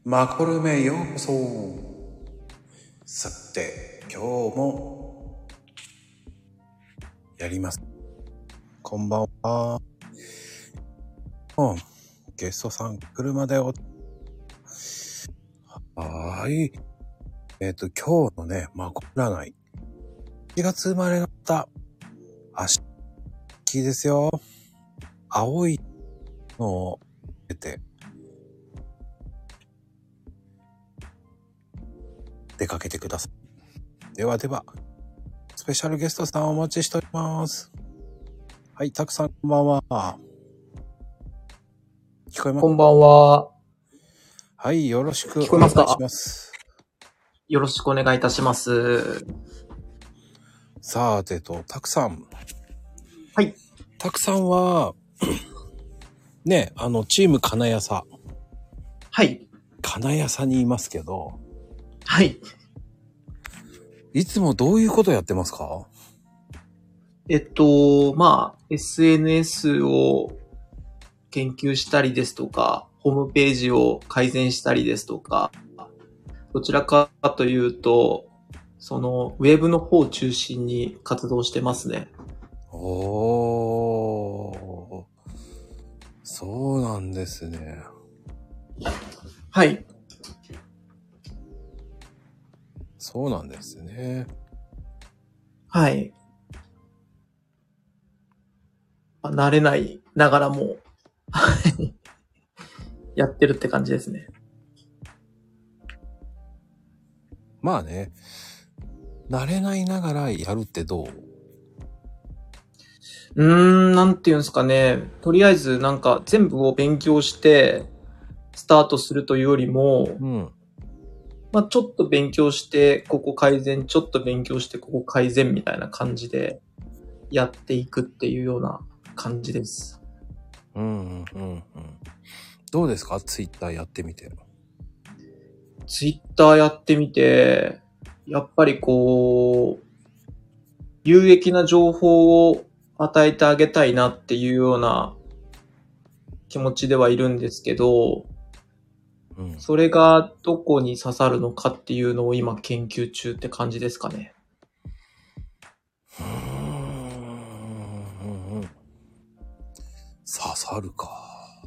マコルメようこそ。さて、今日もやります。こんばんは。ゲストさん来るまではーい。今日のね、マコ占い。4月生まれの方、足きですよ。青いのを出て、出かけてください。ではでは、スペシャルゲストさんお待ちしております。はい、たくさんこんばんは。聞こえます？ こんばんは。 はい、よろしく聞こえますか？ お願いします。 よろしくお願いいたします。 さてと、たくさん。 はい。 たくさんは、ね、チーム金谷さ。 はい。 金谷さにいますけど。 はい。 いつもどういうことやってますか？ SNS を研究したりですとか、ホームページを改善したりですとか、どちらかというと、そのウェブの方を中心に活動してますね。 おー。そうなんですね。 はい。 そうなんですね。 はい。慣れないながらも、やってるって感じですね。 まあね、慣れないながらやるってどう？ なんていうんですかね。とりあえずなんか全部を勉強してスタートするというよりも、ちょっと勉強してここ改善、ちょっと勉強してここ改善みたいな感じでやっていくっていうような感じです。 どうですか？ツイッターやってみて。 ツイッターやってみて、やっぱりこう、有益な情報を与えてあげたいなっていうような気持ちではいるんですけど、それがどこに刺さるのかっていうのを今研究中って感じですかね。 刺さるか。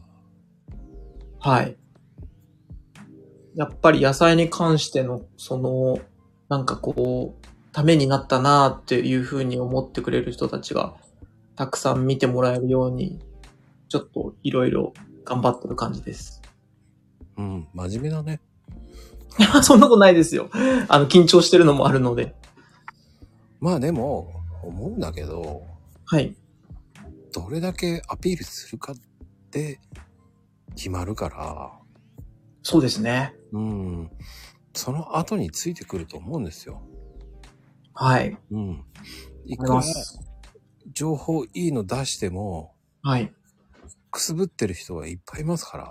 はい。やっぱり野菜に関しての、なんかこう、ためになったなーっていうふうに思ってくれる人たちがたくさん見てもらえるように、ちょっといろいろ頑張ってる感じです。 真面目だね。 いや、そんなことないですよ。緊張してるのもあるので。 まあでも、思うんだけど、 はい。 どれだけアピールするかって決まるから、 そうですね。 その後についてくると思うんですよ。 はい。 いくら情報いいの出しても、 はい。 くすぶってる人はいっぱいいますから。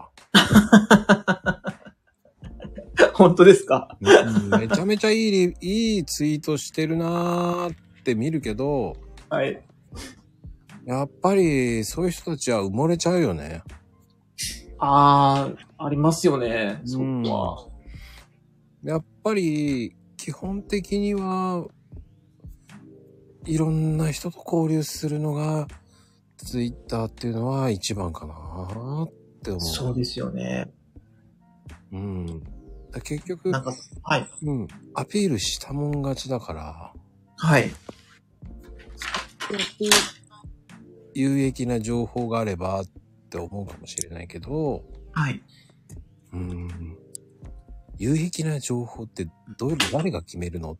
本当ですか？ めちゃめちゃいいツイートしてるなーって見るけど、 はい。 やっぱりそういう人たちは埋もれちゃうよね。 ありますよね。そこは。 やっぱり基本的にはいろんな人と交流するのがツイッターっていうのは一番かなって思う。 そうですよね。 結局、 はい。 アピールしたもん勝ちだから。 はい。 有益な情報があればって思うかもしれないけど、 はい。 有益な情報って誰が決めるの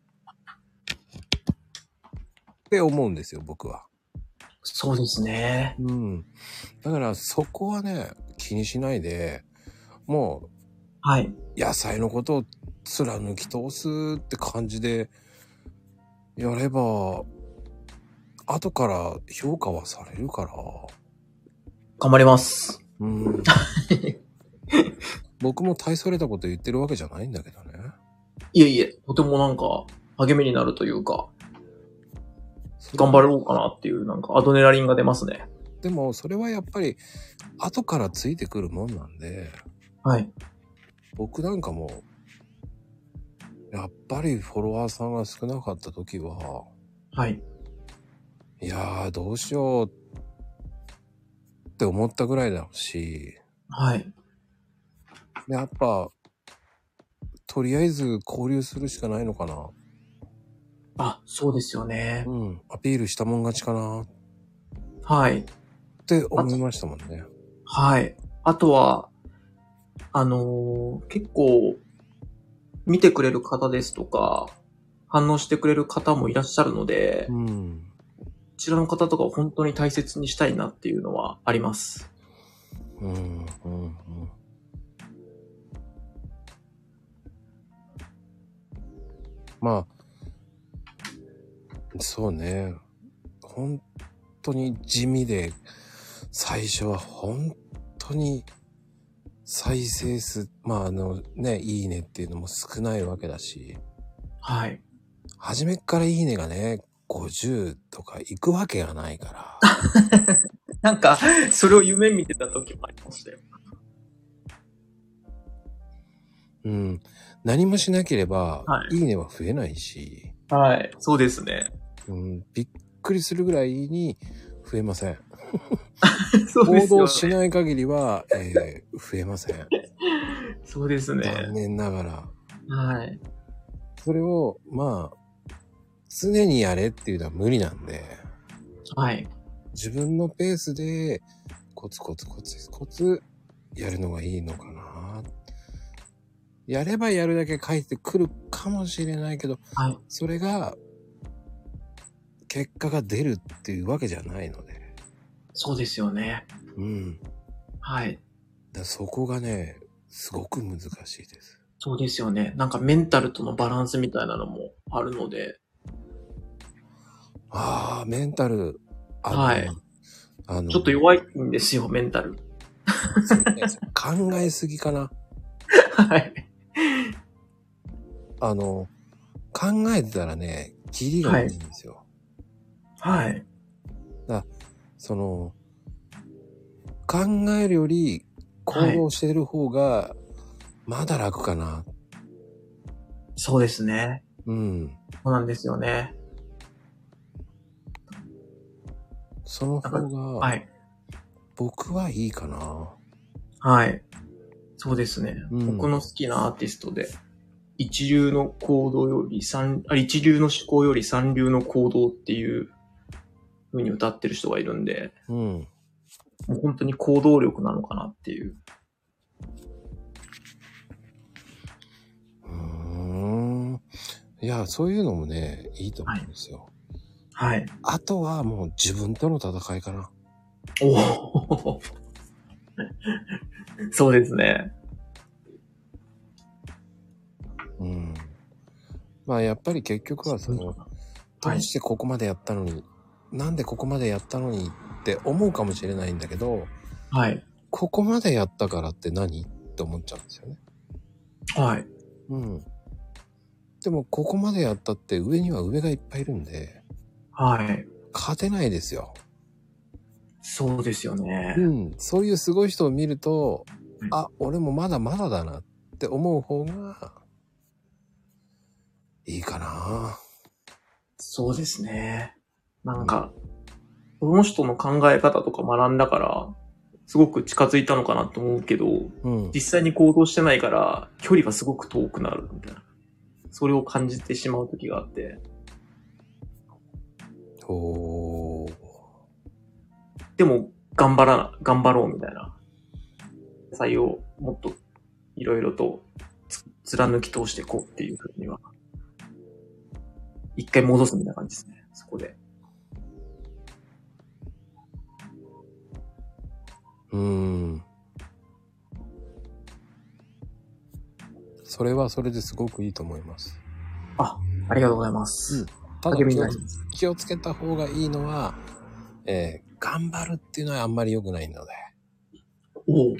って思うんですよ、僕は。 そうですね。 だからそこはね、気にしないで、もう、 はい。 野菜のことを貫き通すって感じでやれば、後から評価はされるから。 頑張ります。 僕も大それたこと言ってるわけじゃないんだけどね。 いえいえ、とてもなんか励みになるというか、頑張ろうかなっていうなんかアドレナリンが出ますね。 でもそれはやっぱり後からついてくるもんなんで、 はい。 僕なんかも、やっぱりフォロワーさんが少なかった時は、 はい。 いやーどうしようって思ったぐらいだし、 はい。 やっぱ、とりあえず交流するしかないのかな。 あ、そうですよね。 うん。アピールしたもん勝ちかなっはい。 て思いましたもんね。 はい。あとは、結構、見てくれる方ですとか、反応してくれる方もいらっしゃるので、 うん。 こちらの方とかを本当に大切にしたいなっていうのはあります。 うん。うん。うん。まあ、そうね。本当に地味で、最初は本当に再生数、まあね、いいねっていうのも少ないわけだし、 はい。 初めっからいいねがね、50とか行くわけがないから。 なんか、それを夢見てた時もありましたよ。 うん。何もしなければ、 はい。 いいねは増えないし、 はい。そうですね。 うん、びっくりするぐらいに増えません。 そうで行動すよね。 しない限りは、増えません。 そうですね。 残念ながら。 はい。 それを、まあ、常にやれっていうのは無理なんで、 はい。 自分のペースで、コツコツコツコツやるのがいいのかな。やればやるだけ返ってくるかもしれないけど、 はい。 それが、結果が出るっていうわけじゃないので。 そうですよね。 うん。 はい。 そこがね、すごく難しいです。 そうですよね。なんかメンタルとのバランスみたいなのもあるので。 ああ、メンタル、 はい。 あの、 ちょっと弱いんですよ、メンタル。 そうね、考えすぎかな。 はい。 考えてたらね、キリがないんですよ。 はい。 だ考えるより行はい。 動してる方が、まだ楽かな。 そうですね。 うん。 そうなんですよね。 そのなんか、 方が、 はい。 僕はいいかな。 はい。そうですね。 うん。 僕の好きなアーティストで、一流の行動より一流の思考より三流の行動っていう風に歌ってる人がいるんで、 うん。 もう本当に行動力なのかなっていう。 うーん。いや、そういうのもね、いいと思はい。 うんですよ。 はい。 あとはもう自分との戦いかな。 おお。そうですね。 うん。まあやっぱり結局はどはい。 うしてここまでやったのに、なんでここまでやったのにって思うかもしれないんだけど、 はい。 ここまでやったからって何って思っちゃうんですよね。 はい。 うん。でもここまでやったって上には上がいっぱいいるんで、 はい。 勝てないですよ。 そうですよね。 うん。そういうすごい人を見ると、 はい。 あ、俺もまだまだだなって思う方がいいかな。 そうですね。なうん。 んか、この人の考え方とか学んだから、すごく近づいたのかなと思うけど、 うん。 実際に行動してないから、距離がすごく遠くなるみたいな。それを感じてしまう時があって。 おー。 でも、頑張ろうみたいな。採用もっといろいろと貫き通していこうっていうふうには、一回戻すみたいな感じですね。そこで。 うーん。それはそれですごくいいと思います。 あ、ありがとうございまうん。 す。 ただ励みになります。 気をつけた方がいいのは、頑張るっていうのはあんまり良くないので。 おお。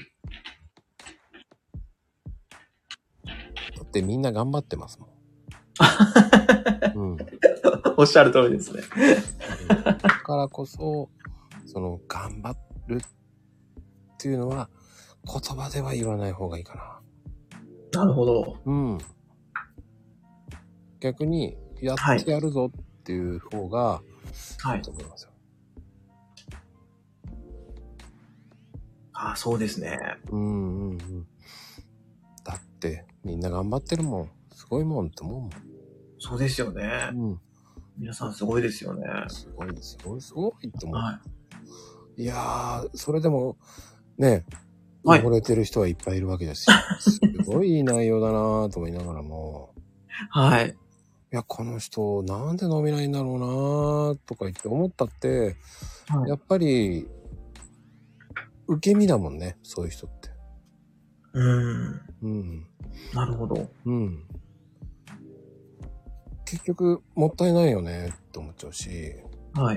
だってみんな頑張ってますもん。うん。 おっしゃる通りですね。 だからこそ、頑張るっていうのは、言葉では言わない方がいいかな。 なるほど。 うん。逆に、やってやるぞっていう方が、いいと思いますよ。 ああ、そうですね。 うんうんうん。だって、みんな頑張ってるもん。すごいもんって思うもん。 そうですよね。 うん。 皆さんすごいですよね。 すごいです。すごいって思う。 はい。 いやー、それでも、ね、 はい溺れてる人はいっぱいいるわけですし、すごいいい内容だなぁと思いながらも、 はい。 いや、この人、なんで伸びないんだろうなぁとか言って思ったって、 はい。 やっぱり、受け身だもんね、そういう人って。うん。 なるほど。 うん。結局、もったいないよねって思っちゃうし、 はい。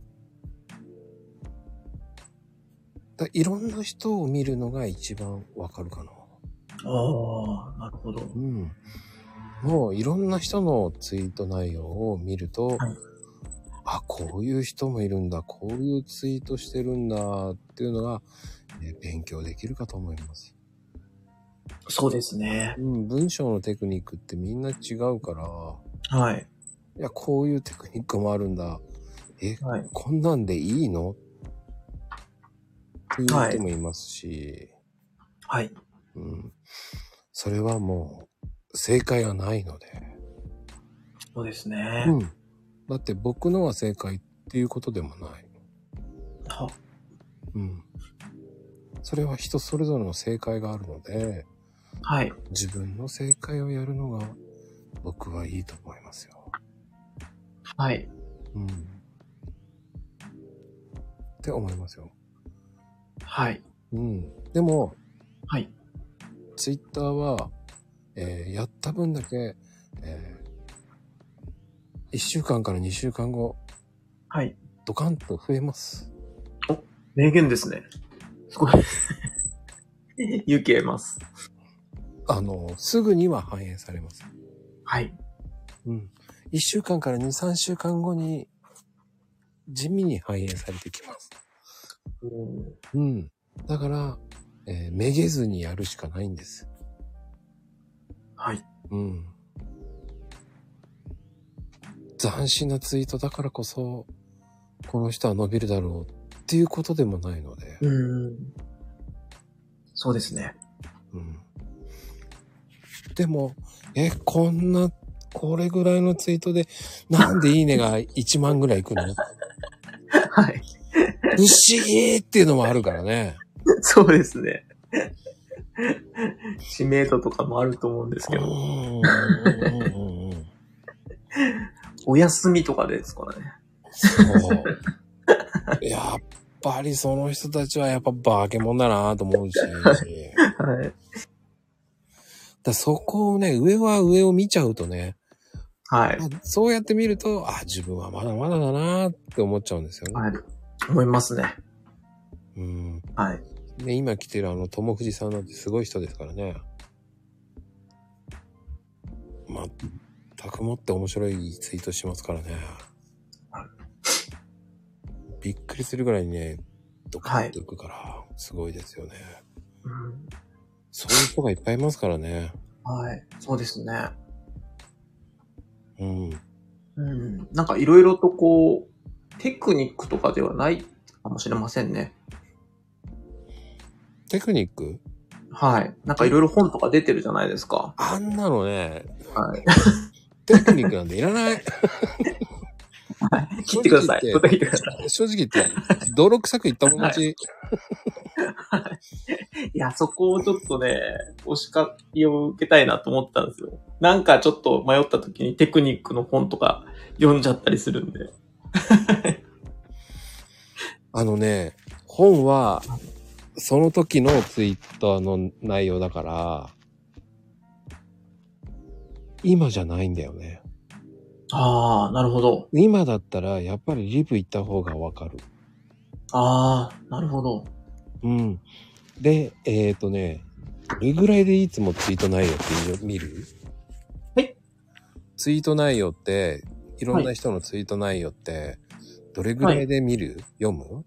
いろんな人を見るのが一番わかるかな。 ああ、なるほど。 うん。もういろんな人のツイート内容を見ると、 はい。 あ、こういう人もいるんだ、こういうツイートしてるんだっていうのが、勉強できるかと思います。 そうですね。 うん、文章のテクニックってみんな違うから、 はい。 いや、こういうテクニックもあるんだ。 はい。 こんなんでいいのっていうはい。 人もいますし、 はい。 うん。それはもう、正解がないので。 そうですね。 うん。だって僕のは正解っていうことでもない。 は、 うん。それは人それぞれの正解があるので、 はい。 自分の正解をやるのが僕はいいと思いますよ。 はい。 うん。って思いますよ。 はい。 うん。でも、 はい。 ツイッターは、やった分だけ、1週間から2週間後、 はい。 ドカンと増えます。 名言ですね。すごい。勇気得ます。 すぐには反映されます。 はい。 うん。1週間から2、3週間後に、地味に反映されてきます。うん。だから、めげずにやるしかないんです。 はい。 うん。斬新なツイートだからこそ、この人は伸びるだろうっていうことでもないので。 そうですね。 うん。でも、これぐらいのツイートで、なんでいいねが1万ぐらいいくの？ はい。 不思議っていうのもあるからね。 そうですね。知名度とかもあると思うんですけど。お休みとかですからね。 そう。やっぱりその人たちはやっぱ化け物だなと思うし。 はい。 そこをね、上は上を見ちゃうとね。 はい。 そうやって見ると、自分はまだまだだなって思っちゃうんですよね。 はい。思いますね。 うん。 はい。 ね、今来てる友藤さんなんてすごい人ですからね。全くもって面白いツイートしますからね。 はい、 びっくりするぐらいにね、ドカッといくから、すごいですよね、そういう人がいっぱいいますからね。 はい。そうですね。 うん。 なんかいろいろとこう、テクニックとかではないかもしれませんね。 テクニック？ はい。なんかいろいろ本とか出てるじゃないですか。 あんなのね、 はい。 テクニックなんていらない。 切ってください。切ってください。正直言って、泥臭く言ったもん勝ち。 はい、いや、そこをちょっとね、お叱りを受けたいなと思ったんですよ。なんかちょっと迷った時にテクニックの本とか読んじゃったりするんで。 本は、その時のツイッターの内容だから、今じゃないんだよね。 ああ、なるほど。 今だったら、やっぱりリプ行った方がわかる。 ああ、なるほど。 うん。で、どれぐらいでいつもツイート内容って見る？ はい。 ツイート内容って、いろんな人のツイート内容って、どれぐらいで見る？読む？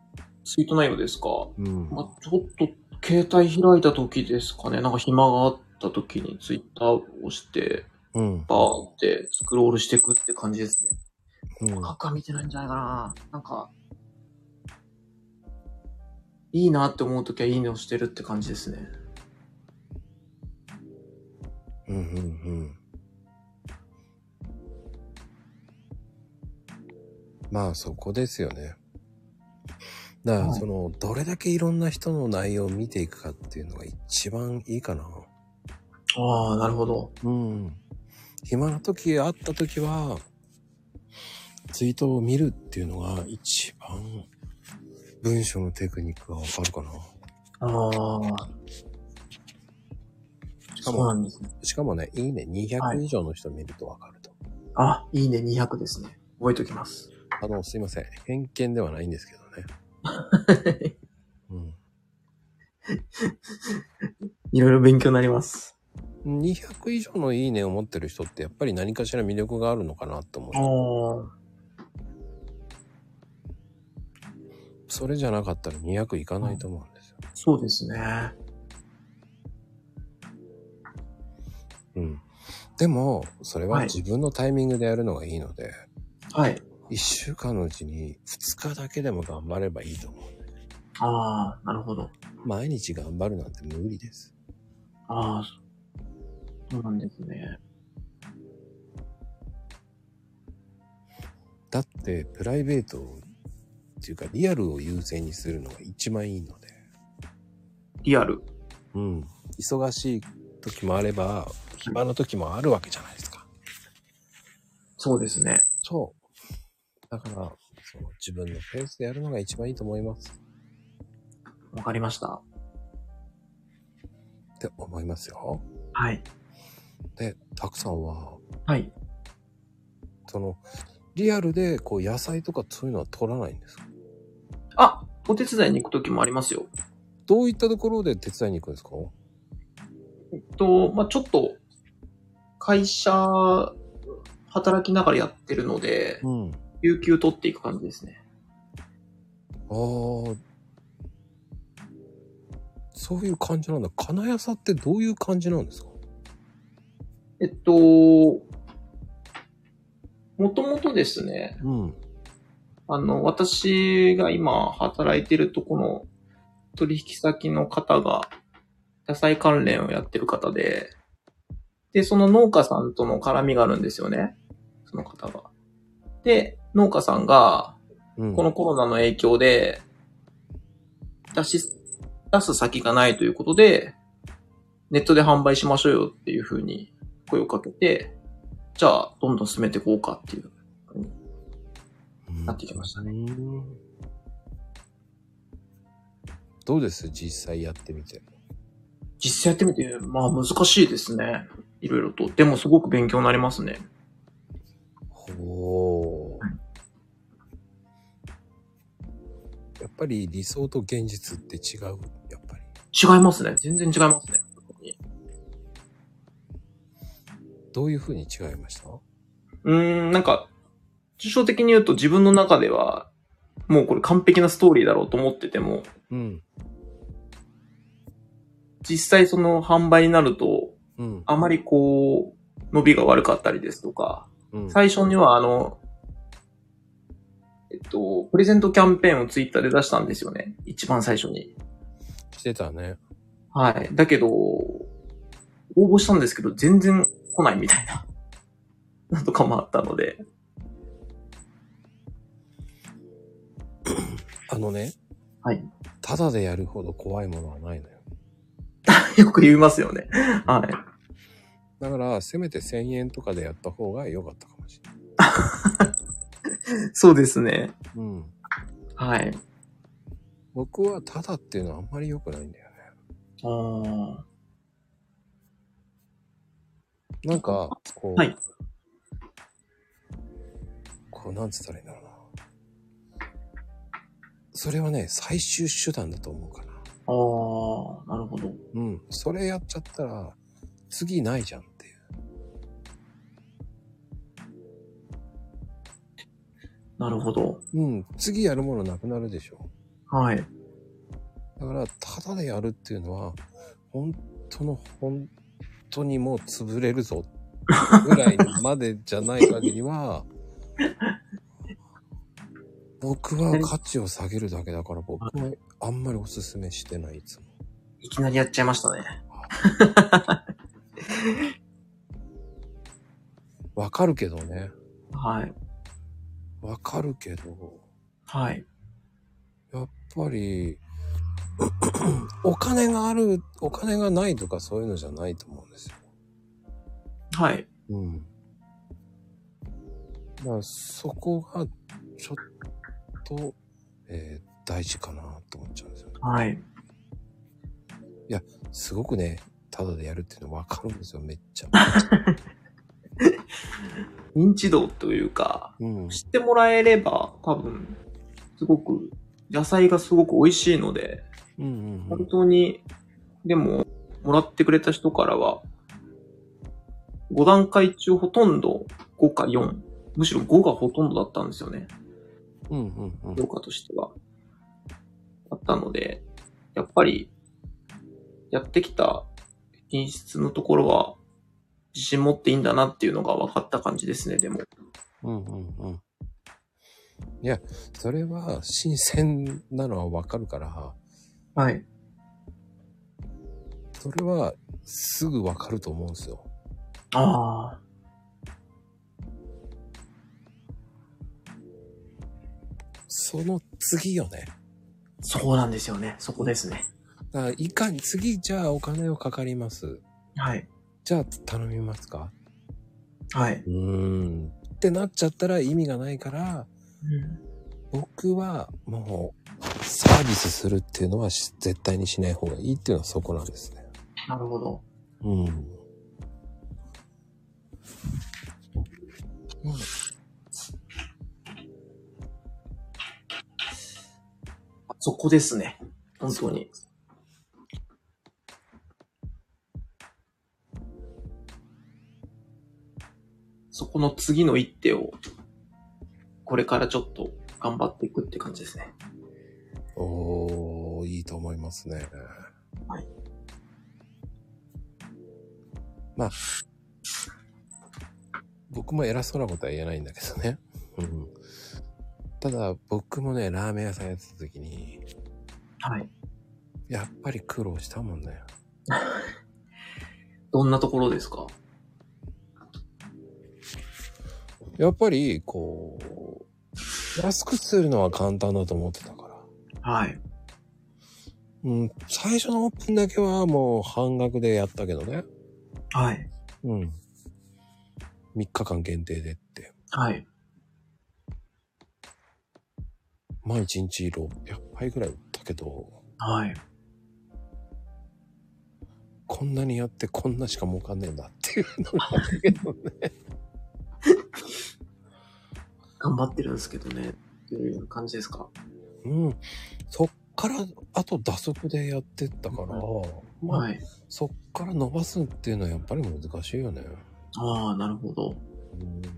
ツイート内容ですか？ うん。 ちょっと、携帯開いた時ですかね。なんか暇があった時にツイッターを押して、 うん。 バーってスクロールしていくって感じですね。 うん。 深くは見てないんじゃないかな。なんか、いいなって思う時はいいねをしてるって感じですね。 うんうんうん。まあそこですよね。だからはいどれだけいろんな人の内容を見ていくかっていうのが一番いいかな。 ああ、なるほど。 うん。暇な時、会った時は、ツイートを見るっていうのが一番文章のテクニックがわかるかな。 ああ、そうなんですね。 しかもね、いいねは 200 い。 以上の人見るとわかると。 あ、いいね200ですね。覚えておきます。 すいません。偏見ではないんですけどね。うん。 いろいろ勉強になります。 200以上のいいねを持ってる人ってやっぱり何かしら魅力があるのかなと思う。 ああ。 それじゃなかったら200いかないと思うんですよ。 そうですね。 うん。でも、それははい自分のタイミングでやるのがいいので、 はい。 1週間のうちに2日だけでも頑張ればいいと思う。 ああ、なるほど。 毎日頑張るなんて無理です。 ああ、そうなんですね。 だってプライベートっていうかリアルを優先にするのが一番いいので。 リアル。 うん。忙しい時もあれば、暇な時もあるわけじゃないですか。 そうですね。 そう。だから、自分のペースでやるのが一番いいと思います。 わかりました。 って思いますよ。 はい。 で、たくさんは、 はい。 リアルで野菜とかそういうのは取らないんですか？ あ、お手伝いに行くときもありますよ。 どういったところで手伝いに行くんですか？ まあ、ちょっと、会社、働きながらやってるので、 うん。 有給取っていく感じですね。 ああ、そういう感じなんだ。金谷さんってどういう感じなんですか？ もともとですね、 うん。 私が今働いてるとこの取引先の方が野菜関連をやってる方で、で、その農家さんとの絡みがあるんですよね。その方が。で、農家さんが、このコロナの影響で、出す先がないということで、ネットで販売しましょうよっていう風に声をかけて、じゃあ、どんどん進めていこうかっていう風になってきましたね。 どうです実際やってみて。 実際やってみて、まあ難しいですね。いろいろと。でもすごく勉強になりますね。 ほー。やっぱり理想と現実って違う。やっぱり。 違いますね。全然違いますね。 どういう風に違いました？ なんか、抽象的に言うと自分の中では、もうこれ完璧なストーリーだろうと思ってても、 うん。 実際その販売になると、 うん。 あまり伸びが悪かったりですとか、 うん、 最初にはプレゼントキャンペーンをツイッターで出したんですよね。一番最初に。 してたね。 はい。だけど、応募したんですけど、全然来ないみたいな。なんとかもあったので。 はい。ただでやるほど怖いものはないのよ。 よく言いますよね。はい。 だから、せめて1000円とかでやった方が良かったかもしれない。 そうですね。 うん。 はい。 僕はただっていうのはあんまり良くないんだよね。なんか、 はい。 なんつったらいいんだろうな。それはね、最終手段だと思うかな。 なるほど。 うん。それやっちゃったら、次ないじゃんっていう。 なるほど。 うん。次やるものなくなるでしょ。 はい。 だから、ただでやるっていうのは、本当の当にもう潰れるぞぐらいまでじゃない限りは、僕は価値を下げるだけだから僕はあんまりおすすめしてないいつも。 いきなりやっちゃいましたね。 わかるけどね。 はい。 わかるけど、 はい。 やっぱり、お金がある、お金がないとかそういうのじゃないと思うんですよ。 はい。 うん。だからそこがちょっと、大事かなと思っちゃうんですよね。 はい。 いや、すごくね、ただでやるっていうのわかるんですよ、めっちゃ。 認知度というか、 うん。 知ってもらえれば多分、すごく、野菜がすごく美味しいので、 うんうんう本ん。 当に、でも、もらってくれた人からは、5段階中ほとんど5か4、むしろ5がほとんどだったんですよね。 うんうんうん。 評価としては。あったので、やっぱり、やってきた品質のところは、自信持っていいんだなっていうのが分かった感じですね、でも。 うんうんうん。いや、それは新鮮なのはわかるから、 はい。 それはすぐわかると思うんですよ。 ああ。 その次よね。 そうなんですよね。そこですね。 だからいかに次じゃあお金をかかります。 はい。 じゃあ頼みますか？ はい。 ってなっちゃったら意味がないから、 うん、 僕はもうサービスするっていうのは絶対にしない方がいいっていうのはそこなんですね。 なるほど。 うん。 そこですね。本当に。そこの次の一手を、これからちょっと頑張っていくって感じですね。 おー、いいと思いますね。 はい。 まあ、僕も偉そうなことは言えないんだけどね。うん。ただ、僕もね、ラーメン屋さんやってた時に、 はい。 やっぱり苦労したもんね。 どんなところですか？ やっぱり、こう、安くするのは簡単だと思ってたから。 はい。 うん、最初のオープンだけはもう半額でやったけどね。 はい。 うん。3日間限定でって。 はい。 まあ1日600杯ぐらい売ったけど、 はい。 こんなにやってこんなしか儲かんねえんだっていうのがあるけどね。 頑張ってるんですけどね。っていう感じですか？ うん。そっから、あと打足でやってったから、まあ、 はい。 そっから伸ばすっていうのはやっぱり難しいよね。 ああ、なるほど。 だ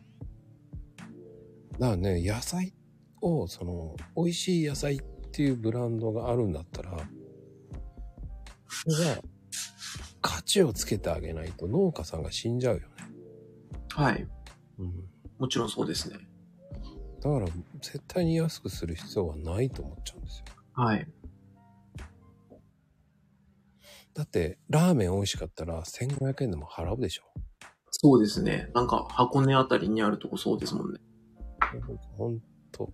からね、野菜を、美味しい野菜っていうブランドがあるんだったら、それは価値をつけてあげないと農家さんが死んじゃうよね。 はい。 うん。 もちろんそうですね。 だから、絶対に安くする必要はないと思っちゃうんですよ。 はい。 だって、ラーメン美味しかったら1500円でも払うでしょ。 そうですね。なんか、箱根あたりにあるとこそうですもんね。 ほんと。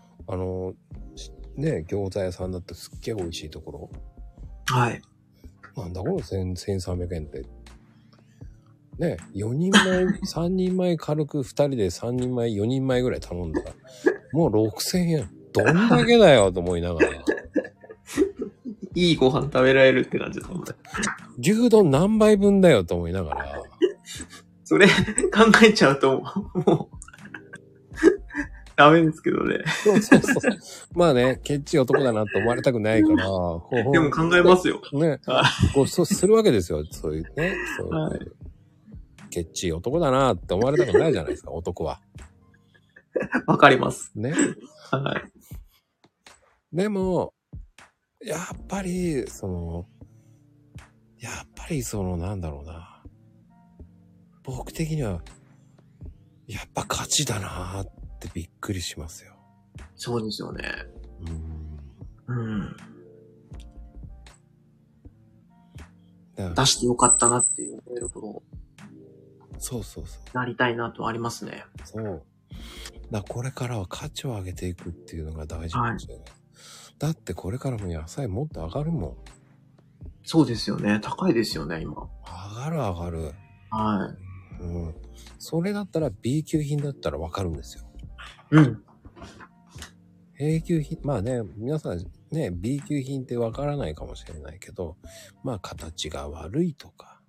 ね、餃子屋さんだってすっげえ美味しいところ。 はい。 なんだこの1300円って。ね、4人前、3人前軽く2人で3人前、4人前ぐらい頼んだら、もう6000円。どんだけだよと思いながら。 いいご飯食べられるって感じですもんね。 牛丼何杯分だよと思いながら。 それ考えちゃうと、もう、ダメですけどね。 そうそうそう。まあね、ケチ男だなって思われたくないから。 でも考えますよ。 ね。こう、そうするわけですよ。そういうね。そういう、 はい、 ケチ男だなって思われたくないじゃないですか、男は。 わかります。 ね。 はい。 でも、やっぱり、やっぱりなんだろうな。僕的には、やっぱ勝ちだなーってびっくりしますよ。 そうですよね。うん。出してよかったなっていう思えるほど。 そうそうそう。 なりたいなとありますね。 そう。これからは価値を上げていくっていうのが大事かもしれない。だってこれからも野菜もっと上がるもん。 そうですよね。高いですよね、今。 上がる。 はい。 うん。それだったら B 級品だったらわかるんですよ。 うん。 A 級品、まあね、皆さんね、B 級品ってわからないかもしれないけど、まあ形が悪いとか、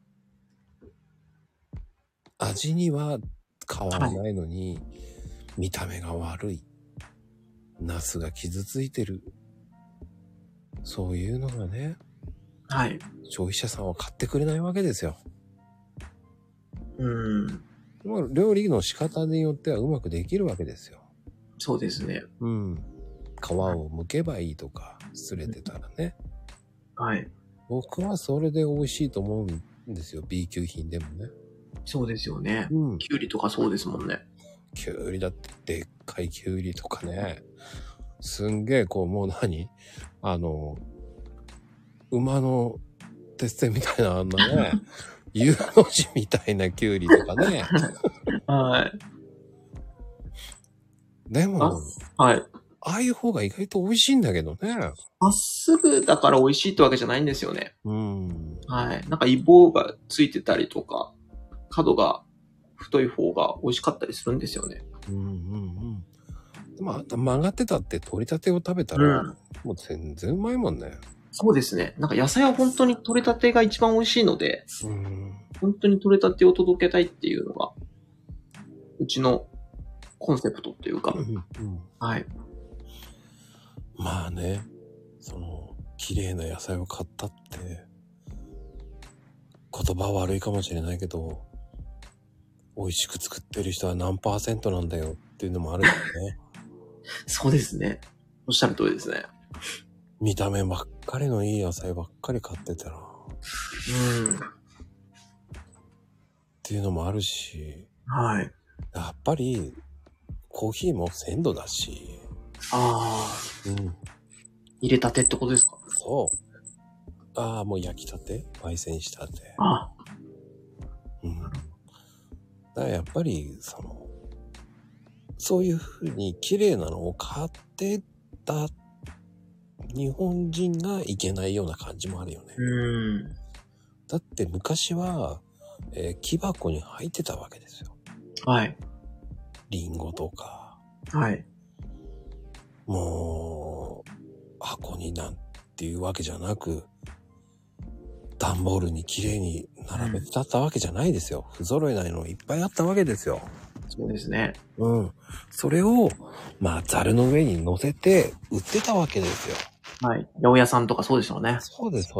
味には変わらないのに、はい、見た目が悪い。ナスが傷ついてる。そういうのがね、 はい。 消費者さんは買ってくれないわけですよ。 まあ、料理の仕方によってはうまくできるわけですよ。 そうですね。 うん。皮を剥けばいいとか、擦れてたらね。 はい。 僕はそれで美味しいと思うんですよ。B 級品でもね。 そうですよね。 うん。 きゅうりとかそうですもんね。 きゅうりだってでっかいきゅうりとかね。すんげえもう馬の鉄線みたいなあんなね、U の字みたいなきゅうりとかね。 はい。 でも、 はい。 ああいう方が意外と美味しいんだけどね。 まっすぐだから美味しいってわけじゃないんですよね。 うん。 はい。なんかイボがついてたりとか、角が太い方が美味しかったりするんですよね。 まあ、曲がってたって取り立てを食べたら、もう全然うまいもんね。 そうですね。なんか野菜は本当に取れたてが一番美味しいので、本当に取れたてを届けたいっていうのが、うちのコンセプトっていうか、はい。 まあね、綺麗な野菜を買ったって、言葉は悪いかもしれないけど、美味しく作ってる人は何%なんだよっていうのもあるよね。 そうですね。おっしゃる通りですね。 見た目ばっかりのいい野菜ばっかり買ってたら。っていうのもあるし。 はい。 やっぱり、コーヒーも鮮度だし。 入れたてってことですか？ そう。もう焼きたて？焙煎したて。だからやっぱり、そういう風に綺麗なのを買ってた日本人がいけないような感じもあるよね。だって昔は、木箱に入ってたわけですよ。 はい。 リンゴとか。 はい。 もう、箱になんていうわけじゃなく、段ボールに綺麗に並べてあったわけじゃないですよ。不揃いないのいっぱいあったわけですよ。 そうですね。 それを、ザルの上に乗せて売ってたわけですよ。 はい。八百屋さんとかそうでしょうね。 そうです。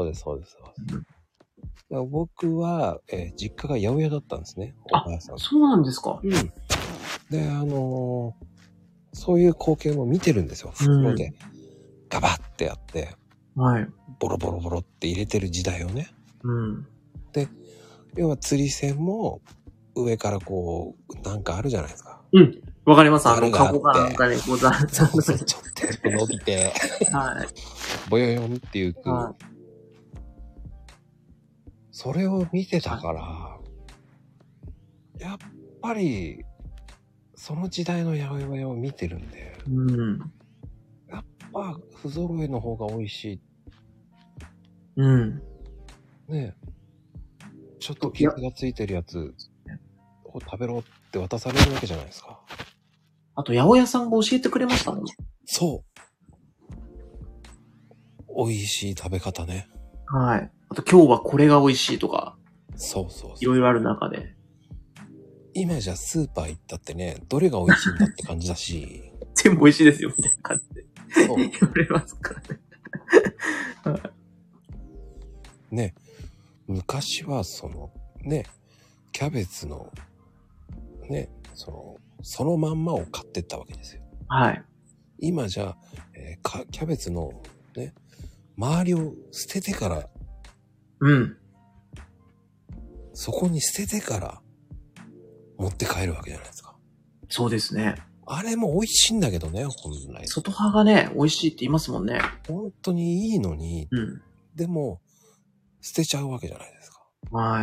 僕は、実家が八百屋だったんですね。おばあさん。 そうなんですか。 で、そういう光景も見てるんですよ。袋でガバッてやって、ボロボロボロって入れてる時代をね。で、要は釣り線も上からなんかあるじゃないですか。 わかります。カゴかなんかね、 ちょっと伸びて、ボヨヨンっていう、それを見てたから、やっぱり、その時代の八百屋を見てるんで、やっぱ不揃いの方が美味しい。ねえ。ちょっと傷がついてるやつを食べろって渡されるわけじゃないですか。 あと、八百屋さんが教えてくれましたもん。 そう。美味しい食べ方ね。 はい。あと、今日はこれが美味しいとか。 そう。 いろいろある中で。 今じゃスーパー行ったってね、どれが美味しいんだって感じだし。 全部美味しいですよ、みたいな感じで。そう。言われますからね。 ね。昔はキャベツの、ね、そのまんまを買ってったわけですよ。 はい。 今じゃ、キャベツのね、周りを捨ててから、 そこに捨ててから持って帰るわけじゃないですか。 そうですね。 あれも美味しいんだけどね、本来。 外葉がね、美味しいって言いますもんね。 本当にいいのに、 うん。 でも、捨てちゃうわけじゃないですか。 はい。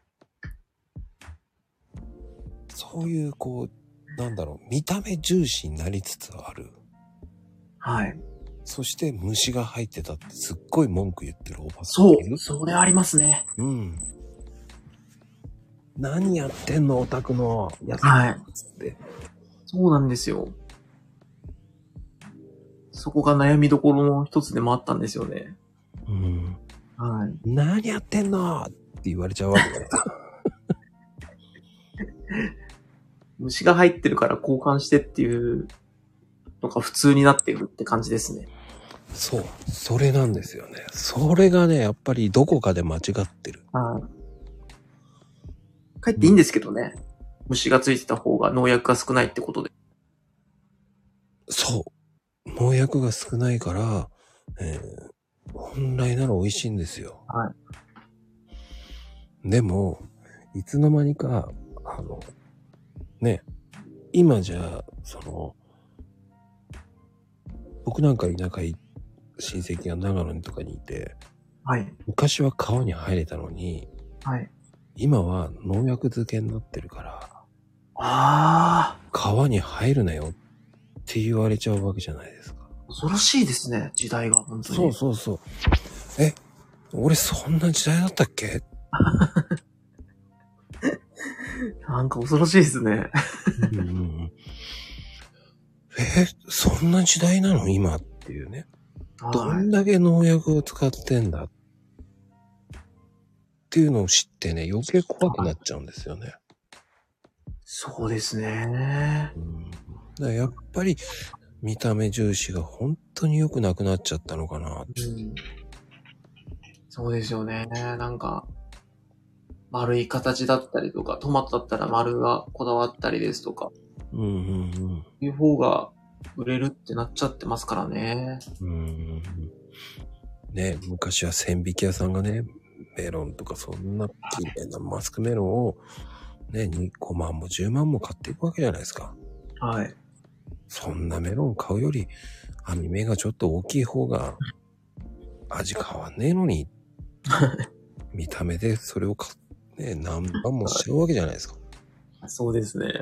そういう、見た目重視になりつつある。 はい。 そして虫が入ってたってすっごい文句言ってるおばさんそいる。 う。それありますね。 うん。何やってんのオタクのやつ。 はい。 つって。 そうなんですよ。そこが悩みどころの一つでもあったんですよね。 うん。 はい。 何やってんのって言われちゃうわけだよ。 虫が入ってるから交換してっていうのが普通になっているって感じですね。 そう。それなんですよね。それがね、やっぱりどこかで間違ってる。 はい。帰っていいんですけどね。虫がついてた方が農薬が少ないってことで。 そう。農薬が少ないから、本来なら美味しいんですよ。 はい。 でも、いつの間にか、今じゃ、僕なんか田舎親戚が長野とかにいて、 はい。 昔は川に入れたのに、 はい。 今は農薬漬けになってるから、 ああ。 川に入るなよって言われちゃうわけじゃないですか。 恐ろしいですね、時代が、本当に。 そうそうそう。俺そんな時代だったっけなんか恐ろしいですね。 うんうん、そんな時代なの今っていうね。どんだけ農薬を使ってんだっていうのを知ってね、余計怖くなっちゃうんですよね。 そうですね。 だからやっぱり見た目重視が本当に良くなくなっちゃったのかな。 そうですよね。なんか、丸い形だったりとか、トマトだったら丸がこだわったりですとか、いう方が売れるってなっちゃってますからね。 ね、昔は千匹屋さんがね、メロンとかそんな綺麗なマスクメロンをね、5万も10万も買っていくわけじゃないですか。 はい。 そんなメロン買うより、網目がちょっと大きい方が味変わんねえのに、見た目でそれを何万もしちゃうわけじゃないですか。 そうですね。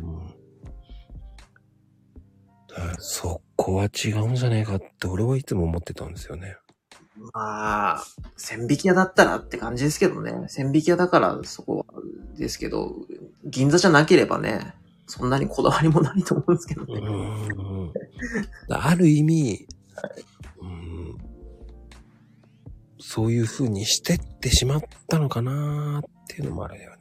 そこは違うんじゃねえかって俺はいつも思ってたんですよね。 まあ、千匹屋だったらって感じですけどね。千匹屋だからそこはですけど、銀座じゃなければね、そんなにこだわりもないと思うんですけどね。 ある意味、そういう風にしてってしまったのかなーっていうのもあるよね。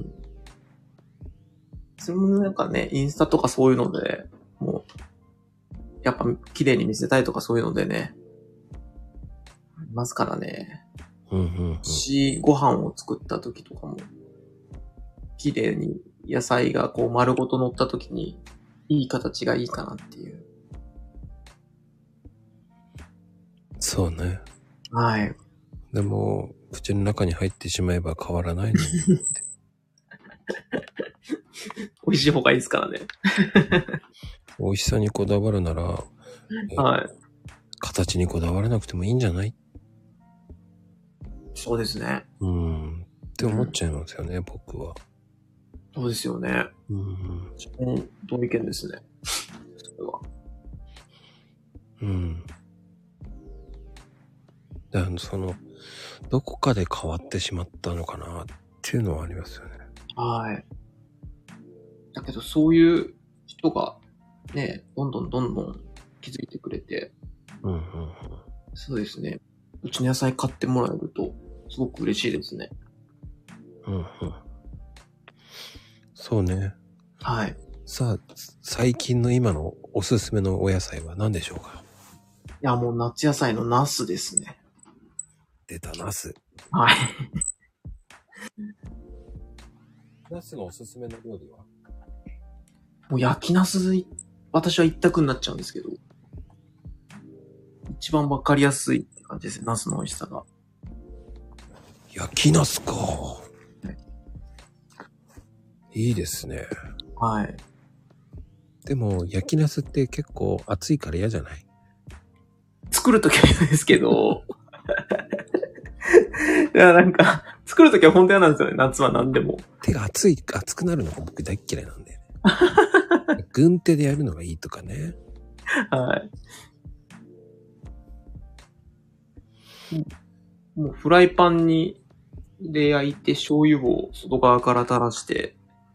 それもなんかね、インスタとかそういうので、もう、やっぱ綺麗に見せたいとかそういうのでね、ありますからね。ご飯を作った時とかも、綺麗に野菜がこう丸ごと乗った時に、いい形がいいかなっていう。 そうね。 はい。 でも、口の中に入ってしまえば変わらないのに美味しい方がいいですからね。 美味しさにこだわるなら、 はい。 形にこだわらなくてもいいんじゃない？ そうですね。 って思っちゃいますよね、僕は。 そうですよね。同意見ですね。それは。 だからどこかで変わってしまったのかなっていうのはありますよね。 はい。だけどそういう人がね、どんどん気づいてくれて、そうですね。うちの野菜買ってもらえると、すごく嬉しいですね。 そうね。 はい。 さあ、最近の今のおすすめのお野菜は何でしょうか？ いや、もう夏野菜のナスですね。 出た、ナス。 はい。 ナスのおすすめの料理は？ もう焼きナス、私は一択になっちゃうんですけど、一番わかりやすいって感じですね、ナスの美味しさが。 焼きナスか。 いいですね。 はい。 でも、焼きナスって結構熱いから嫌じゃない？ 作るときは嫌ですけど、いや、なんか、作るときは本当嫌なんですよね。夏は何でも。 手が熱くなるのが僕大っ嫌いなんだよね。軍手でやるのがいいとかね。 はい。もうフライパンで焼いて醤油を外側から垂らして、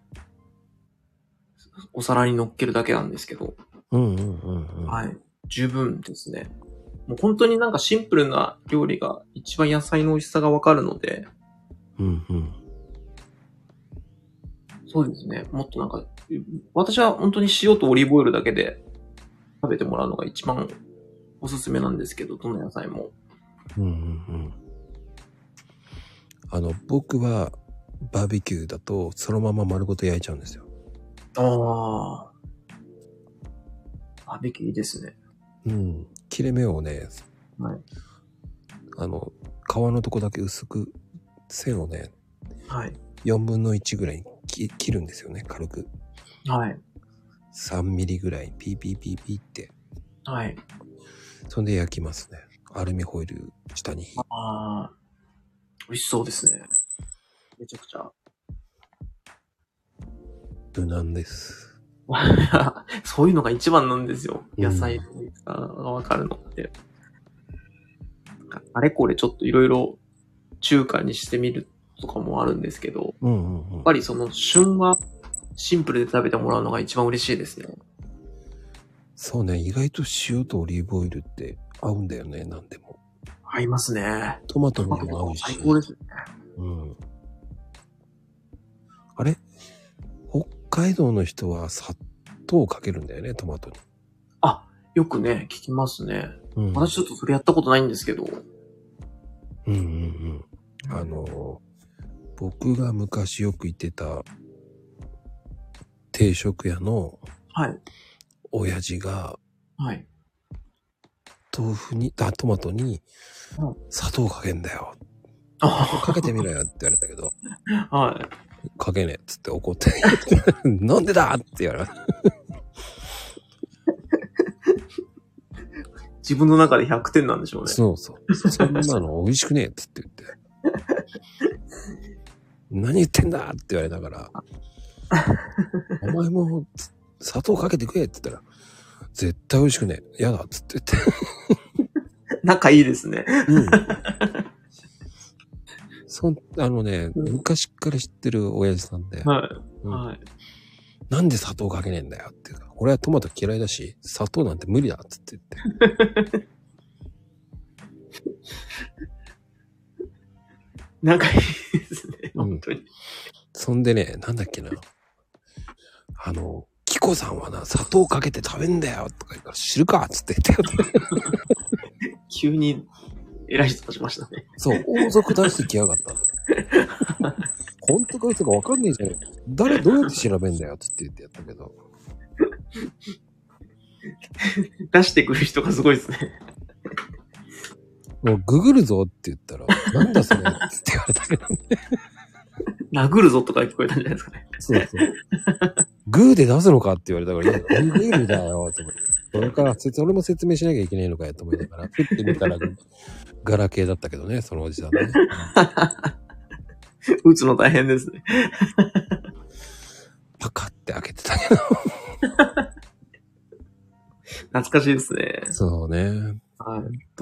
お皿に乗っけるだけなんですけど。 うんうんうんうん。 はい。十分ですね。もう本当になんかシンプルな料理が一番野菜の美味しさがわかるので。 うんうん。 そうですね。もっとなんか、私は本当に塩とオリーブオイルだけで食べてもらうのが一番おすすめなんですけど、どの野菜も。 うんうんうん。僕はバーベキューだとそのまま丸ごと焼いちゃうんですよ。 ああ。バーベキューいいですね。 うん。切れ目をね、 はい。 皮のとこだけ薄く線をね、 はい。 4分の1ぐらいに切るんですよね、軽く。 はい。 3ミリぐらい、ピーピーピーピーって。 はい。 そんで焼きますね。アルミホイル下に。 ああ。美味しそうですね。めちゃくちゃ。 無難です。 そういうのが一番なんですよ。 うん野菜の美味しさがわかるのって。あれこれちょっといろいろ中華にしてみるとかもあるんですけど、 うんうんうん。 やっぱりその旬はシンプルで食べてもらうのが一番嬉しいですね。 そうね、意外と塩とオリーブオイルって合うんだよね、なんでも。 合いますね。 トマトにも合うし。 最高ですね。 うん。あれ？北海道の人は砂糖をかけるんだよね、トマトに。 あ、よくね、聞きますね。 うん。 私ちょっとそれやったことないんですけど。 うんうんうん。僕が昔よく行ってた定食屋のはい。 親父がはい。 トマトに砂糖かけんだよ。 あかけてみろよって言われたけど、 はい。 かけねえっつって怒って、なんでだって言われた。 自分の中で100点なんでしょうね。 そうそう。そんなの美味しくねえっつって言って。何言ってんだって言われたから、お前も砂糖かけてくれって言ったら、絶対美味しくねえ。やだっつって言って。 仲いいですね。 うん。昔から知ってる親父さんで。 はい。 うん、 はい。 なんで砂糖かけねえんだよっていうか、俺はトマト嫌いだし、砂糖なんて無理だっつって言って。 仲いいですね。本当に。 そんでね、なんだっけな。キコさんはな、砂糖かけて食べんだよとか言うから、知るかっつって言ってよ。 急に偉い人しましたね。 そう、王族出してきやがったの。本当か嘘か分かんねえじゃねえ。どうやって調べんだよっつって言ってやったけど。 出してくる人がすごいですね。 もうググるぞって言ったら、なんだそれって言われたけどね。 殴るぞとか聞こえたんじゃないですかね。 そうそう。グーで出すのかって言われたから、いや、グーだよ、と思って。それから、俺も説明しなきゃいけないのかよ、と思いながら、振ってみたら、ガラケーだったけどね、そのおじさんね。 打つの大変ですね。 パカって開けてたけど。 懐かしいですね。 そうね。 はい。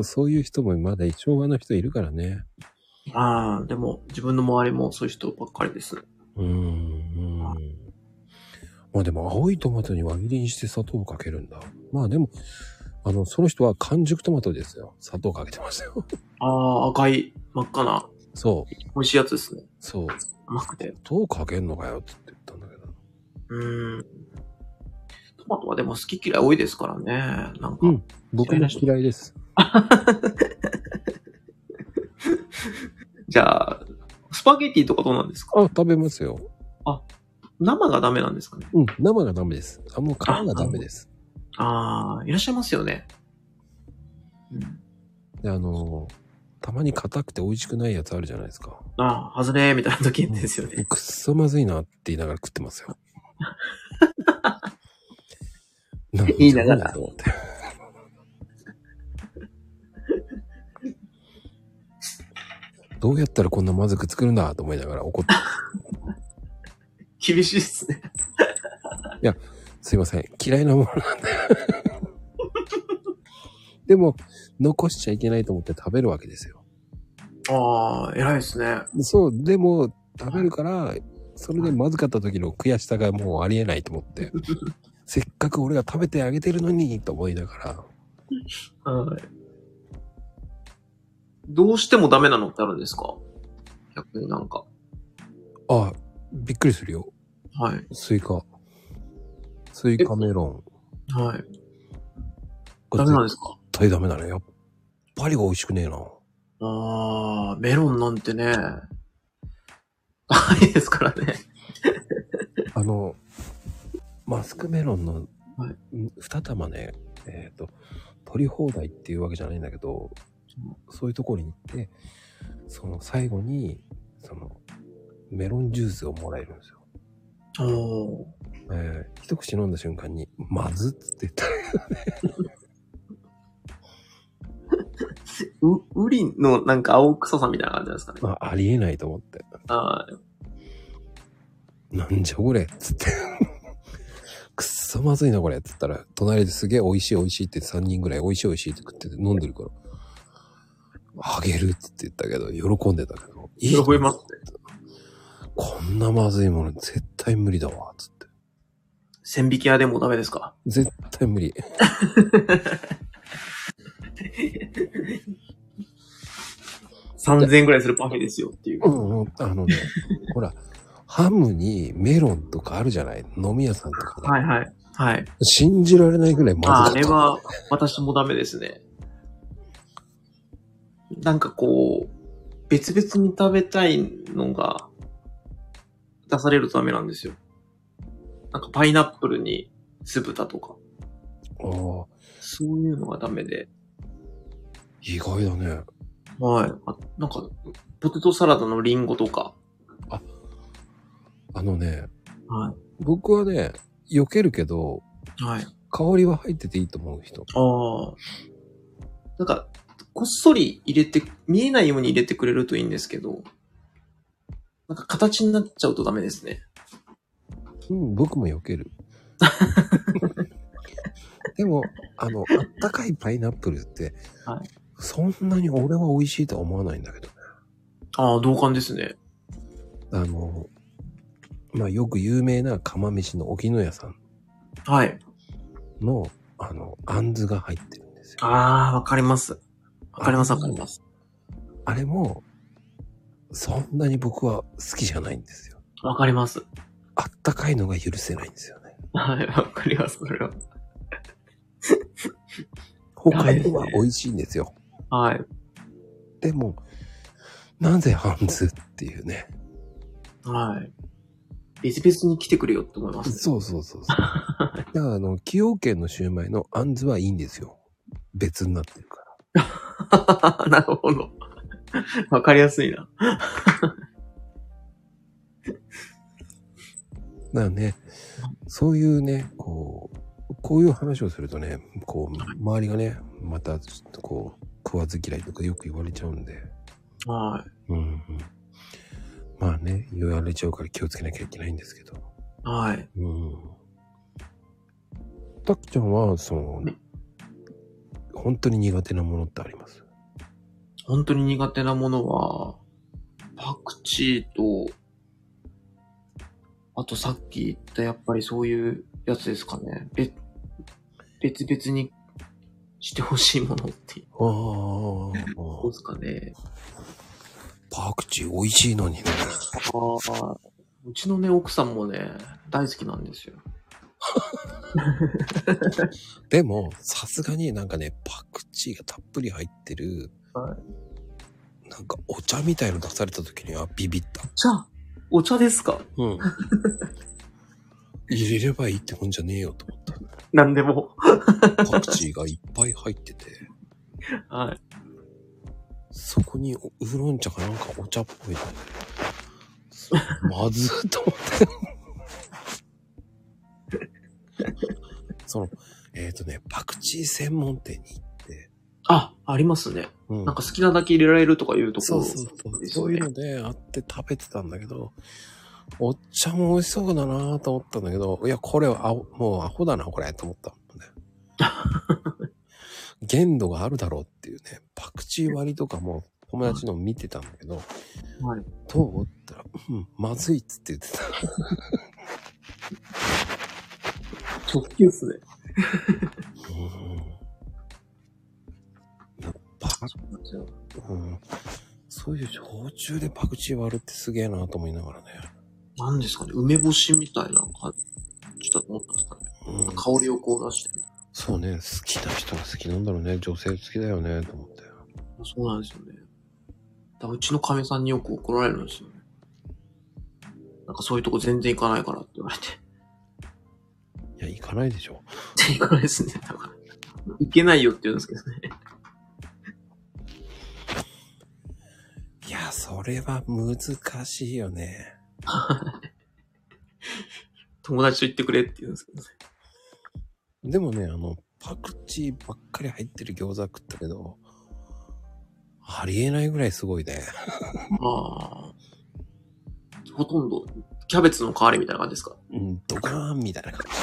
そういう人もまだ昭和の人いるからね。 ああ、でも自分の周りもそういう人ばっかりです。 まあでも青いトマトに輪切りにして砂糖をかけるんだ。まあでも、その人は完熟トマトですよ。砂糖かけてましたよ。 ああ、赤い、真っ赤な。 そう。 美味しいやつですね。 そう。 甘くて。 砂糖かけんのかよって言ったんだけど。 トマトはでも好き嫌い多いですからね。なんか。 僕も嫌いです。 じゃあ、スパゲティとかどうなんですか？ 食べますよ。 生がダメなんですかね？ 生がダメです。もう皮がダメです。 いらっしゃいますよね。 で、 たまに硬くて美味しくないやつあるじゃないですか。 ああ、外れーみたいな時ですよね。 くっそまずいなって言いながら食ってますよ。 言いながらと思って。どうやったらこんなまずく作るんだと思いながら怒って。 厳しいっすね。 いや、すいません。嫌いなものなんで。でも、残しちゃいけないと思って食べるわけですよ。 ああ、偉いですね。 そう、でも、食べるから、それでまずかった時の悔しさがもうありえないと思って。せっかく俺が食べてあげてるのに、と思いながら。 はい。どうしてもダメなのってあるんですか？逆になんか。 あ、びっくりするよ。 はい。 スイカメロン。 はい。ダメなんですか？ 絶対ダメだね。やっぱり美味しくねえな。 ああ、メロンなんてね、高いですからね。 マスクメロンのはい 2玉ね、取り放題っていうわけじゃないんだけど、そういうところに行って、その最後に、その、メロンジュースをもらえるんですよ。 お一口飲んだ瞬間に、まずっつって言ったウリのなんか青臭さみたいな感じなんですかね。 ありえないと思って。なんじゃこれっつって。くっそまずいなこれっつったら、隣ですげえ美味しい美味しいって3人ぐらい美味しい美味しいって食ってて飲んでるから、あげるっつって言ったけど、喜んでたけど。 喜びますね。 こんなまずいもの絶対無理だわ、つって。 千匹屋でもダメですか？ 絶対無理。 3000円くらいするパフェですよっていう。 ほら、ハムにメロンとかあるじゃない？飲み屋さんとかね。 はいはい。はい。 信じられないぐらいまずかった。 あれは私もダメですね。なんかこう、別々に食べたいのが出されるとダメなんですよ。なんかパイナップルに酢豚とか。そういうのがダメで。 意外だね。 はい。なんか、ポテトサラダのリンゴとか。 はい。僕はね、避けるけど、 はい。 香りは入ってていいと思う人。 なんか、こっそり入れて、見えないように入れてくれるといいんですけど、なんか形になっちゃうとダメですね。 僕も避ける。でも、あったかいパイナップルって、はい、そんなに俺は美味しいとは思わないんだけどね。 同感ですね。 よく有名な釜飯の沖野屋さん。 はい。 の、あんずが入ってるんですよ。 わかります。わかります。 あれも、そんなに僕は好きじゃないんですよ。 わかります。 あったかいのが許せないんですよね。 はい、わかります、それは。 他には美味しいんですよ。 はい。 でも、なぜあんずっていうね。 はい。別々に来てくれよって思います、ね。 そう。だから崎陽軒のシウマイのあんずはいいんですよ。別になってるから。 なるほど。わかりやすいな。 だからね、そういうね、こういう話をするとね、周りがね、また、食わず嫌いとかよく言われちゃうんで。 はい。 まあね、言われちゃうから気をつけなきゃいけないんですけど。 はい。 たっちゃんは、本当に苦手なものってあります？ 本当に苦手なものは、パクチーと、あとさっき言ったやっぱりそういうやつですかね。別々にしてほしいものっていう。そうですかね。 パクチー美味しいのにね。 うちのね、奥さんもね、大好きなんですよ。 でも、さすがになんかね、パクチーがたっぷり入ってる、 はい、 なんかお茶みたいの出された時にはビビった。 お茶ですか？ 入れればいいってもんじゃねえよと思った。 なんでも。 パクチーがいっぱい入ってて。 はい。 そこにウーロン茶かなんかお茶っぽいの。まずっと思って。パクチー専門店に行って。 ありますね。うん、なんか好きなだけ入れられるとかいうところ、ね。 そういうのであって食べてたんだけど、お茶も美味しそうだなと思ったんだけど、いや、これはもうアホだな、これ、と思ったもんね。限度があるだろうっていうね、パクチー割りとかも友達の見てたんだけど、 はい、 どうって言ったら、まずいっつって言ってた。 直球っすね。 そういう焼酎でパクチー割るってすげえなと思いながらね。 なんですかね、梅干しみたいな感じだと思ったんですかね。香りをこう出して。 そうね、好きな人が好きなんだろうね。女性好きだよね、と思って。 そうなんですよね。うちのかみさんによく怒られるんですよね。なんかそういうとこ全然行かないからって言われて。 いや、行かないでしょ。 行かないですね。だから。行けないよって言うんですけどね。 いや、それは難しいよね。 友達と言ってくれって言うんですけどね。 でもね、パクチーばっかり入ってる餃子食ったけど、ありえないぐらいすごいね。 ほとんど、キャベツの代わりみたいな感じですか？ ドカーンみたいな感じ。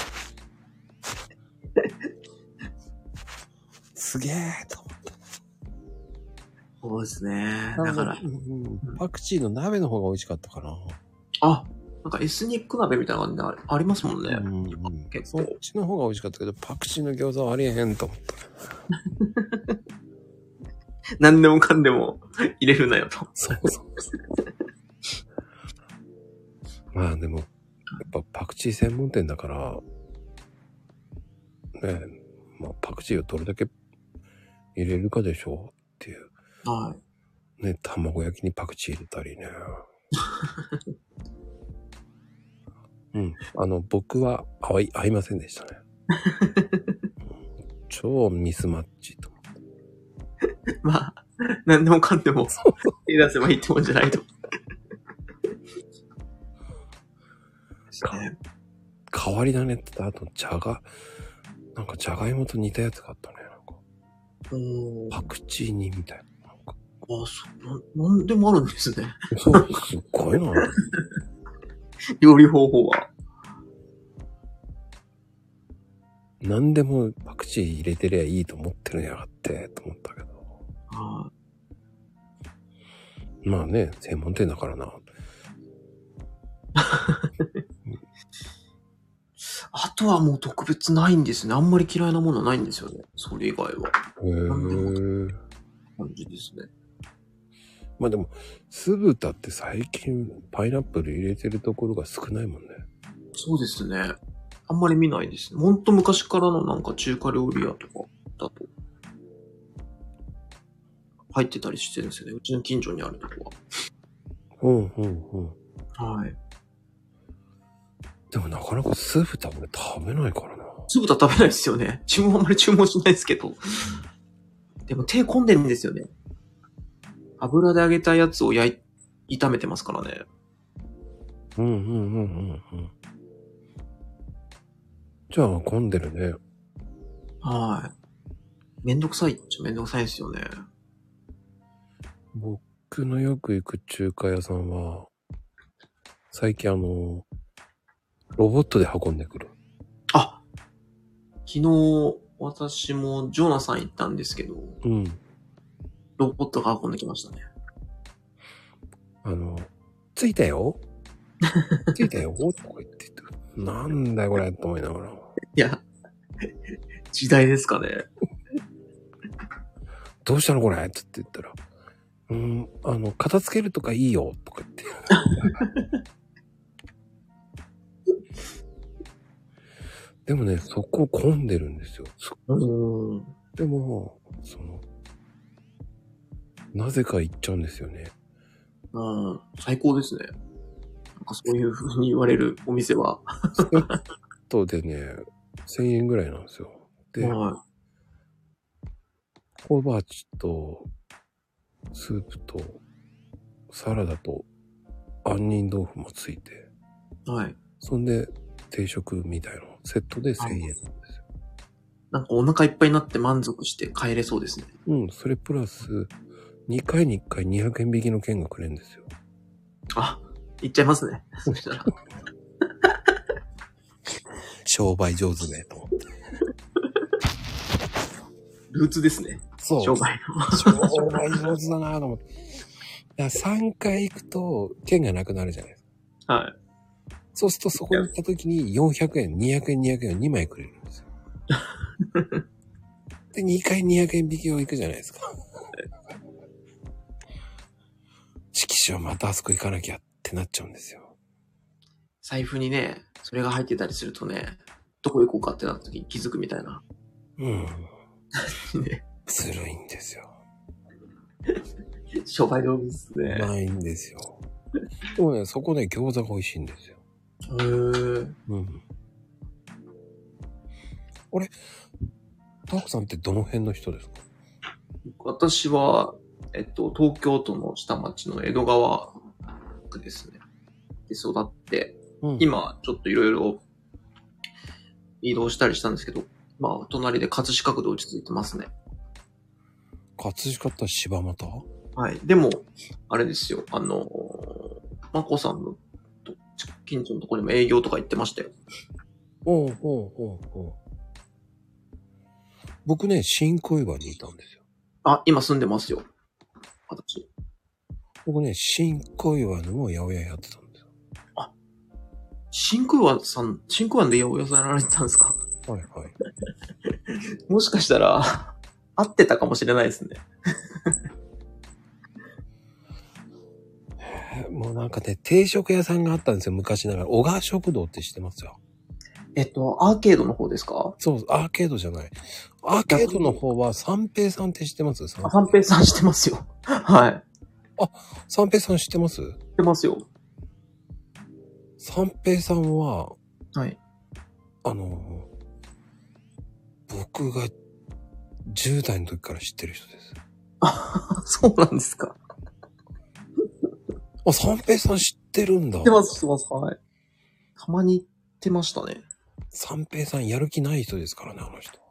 すげーと思った。 そうですね。だから、 パクチーの鍋の方が美味しかったかな。 なんかエスニック鍋みたいな感じでありますもんね。 結構。そっちの方が美味しかったけど、パクチーの餃子はありえへんと思った。 何でもかんでも入れるなよと。 そう。まあでも、やっぱパクチー専門店だから、ね、まあパクチーをどれだけ入れるかでしょうっていう。 はい。 ね、卵焼きにパクチー入れたりね。僕は合いませんでしたね。超ミスマッチと思って。 まあ、何でもかんでも手出せばいいってもんじゃないと。 変わり種って言った後、なんかじゃがいもと似たやつがあったね。パクチー煮みたいな。 なんでもあるんですね。 そう、すっごいな。 料理方法は。 何でもパクチー入れてりゃいいと思ってるんやがって、と思ったけど。まあね、専門店だからな。 あとはもう特別ないんですね。あんまり嫌いなものないんですよね。それ以外は。感じですね。 まあでも、酢豚って最近パイナップル入れてるところが少ないもんね。 そうですね。あんまり見ないですね。ほんと昔からのなんか中華料理屋とかだと入ってたりしてるんですよね。うちの近所にあるとこは。はい。 でもなかなか酢豚俺食べないからな。 酢豚食べないですよね。あんまり注文しないですけど。でも手込んでるんですよね。油で揚げたやつを炒めてますからね。 じゃあ混んでるね。 はい。めんどくさいっちゃめんどくさいですよね。 僕のよく行く中華屋さんは、最近ロボットで運んでくる。 昨日、私もジョナサン行ったんですけど、ロボットが運んできましたね。 着いたよ着いたよとか言ってて、なんだよこれと思いながら。 いや、時代ですかね。 どうしたのこれって言ったら、片付けるとかいいよとか言って。でもね、そこ混んでるんですよ。でも、なぜか行っちゃうんですよね。 最高ですね。なんかそういう風に言われるお店は。 セットでね、1000円ぐらいなんですよ。で、小鉢と、 スープとサラダと杏仁豆腐もついて、 はい。 そんで定食みたいなセットで1000円なんですよ。 なんかお腹いっぱいになって満足して帰れそうですね。 うん、それプラス2回に1回200円引きの券がくれるんですよ。 あ、行っちゃいますね。そしたら。 商売上手ねと思って。 ルーツですね。 そう。 商売の。 商売上手だなと思って。だから3回行くと券がなくなるじゃないですか。 はい。 そうするとそこに行った時に400円、200円、200円を2枚くれるんですよ。で、2回200円引きを行くじゃないですか。色紙はまたあそこ行かなきゃってなっちゃうんですよ。 財布にね、それが入ってたりするとね、どこ行こうかってなった時に気づくみたいな。 うん。 ね、 ずるいんですよ。 商売道具ですね。 ないんですよ。でもね、そこね、餃子が美味しいんですよ。 へー。 うん。あれ、タコさんってどの辺の人ですか？ 私は、東京都の下町の江戸川区ですね。で育って、 うん、 今、ちょっといろいろ移動したりしたんですけど、まあ、隣で葛飾区で落ち着いてますね。 葛飾った柴又？ はい。でも、あれですよ。まこさんの近所のところにも営業とか行ってましたよ。 おうおうおうおう。僕ね、新小岩にいたんですよ。 あ、今住んでますよ。私。 僕ね、新小岩のも八百屋やってたんですよ。 あ、新小岩さん、新小岩で八百屋さんやられてたんですか？ はいはい。 もしかしたら、合ってたかもしれないですね。 もうなんかね、定食屋さんがあったんですよ、昔ながら。小川食堂って知ってますよ。 アーケードの方ですか？ そう、アーケードじゃない。アーケードの方は三平さんって知ってます？ 三平さん知ってますよ。はい。 あ、三平さん知ってます？ 知ってますよ。 三平さんは、 はい。 僕が10代の時から知ってる人です。 あ、そうなんですか。 あ、三平さん知ってるんだ。 知ってます、知ってます。はい。たまに行ってましたね。 三平さんやる気ない人ですからね、あの人。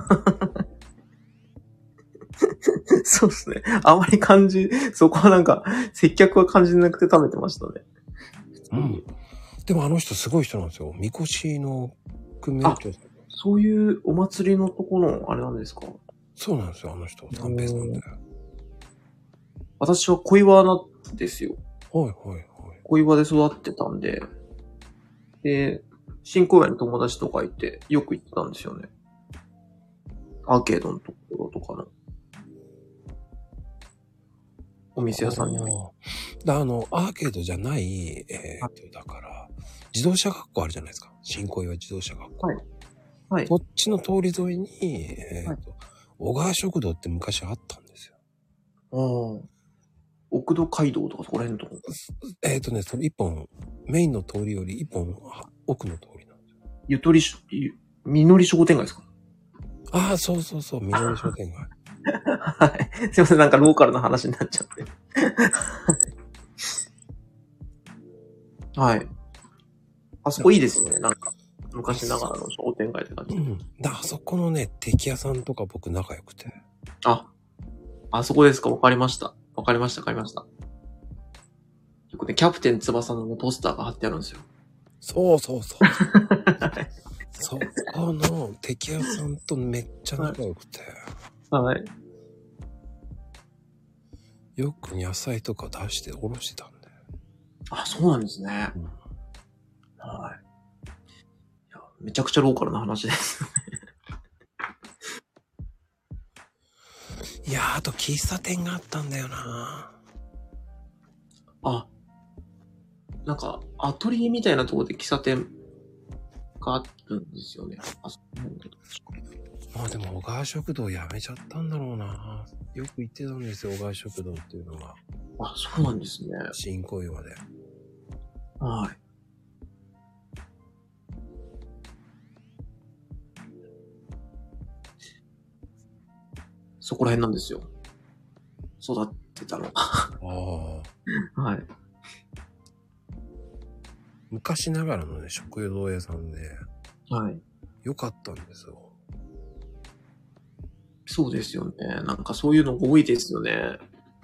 そうですね。あまりそこはなんか、接客は感じなくて食べてましたね。 うん。でもあの人すごい人なんですよ。みこしの組合長さん。 そういうお祭りのところのあれなんですか？ そうなんですよ、あの人。三平さんって。 私は小岩なんですよ。 はいはいはい。 小岩で育ってたんで、で、新公園に友達とかいて、よく行ってたんですよね。アーケードのところとかの。お店屋さんに。 アーケードじゃない、だから、自動車学校あるじゃないですか。新小岩自動車学校。 はい。はい。 そっちの通り沿いに、 はい小川食堂って昔あったんですよ。 ああ。奥戸街道とかそこら辺のとこ。 その一本、メインの通りより一本奥の通りなんですよ。 みのり商店街ですか？ ああ、そうそうそう、みのり商店街。 はい。すいません、なんかローカルな話になっちゃって。はい。あそこいいですよね、なんか。昔ながらの商店街って感じ。 うん。あそこのね、敵屋さんとか僕仲良くて。 あそこですか？わかりました。わかりました、わかりました。よくね、キャプテン翼のね、ポスターが貼ってあるんですよ。 そうそうそう。そこの敵屋さんとめっちゃ仲良くて。 はい。 よく野菜とか出しておろしてたんで。 あ、そうなんですね。 うん、 はい。いや、めちゃくちゃローカルな話です。 いやー、あと喫茶店があったんだよな。 なんか、アトリエみたいなところで喫茶店があるんですよね。そうなんだけど。 まあでも小川食堂やめちゃったんだろうな。よく行ってたんですよ、小川食堂っていうのが。 そうなんですね。 新小岩で。 はい。そこら辺なんですよ。育っってたの。 ああ。 はい。 昔ながらのね、食堂屋さんで、 はい。 良かったんですよ。 そうですよね。なんかそういうのが多いですよね。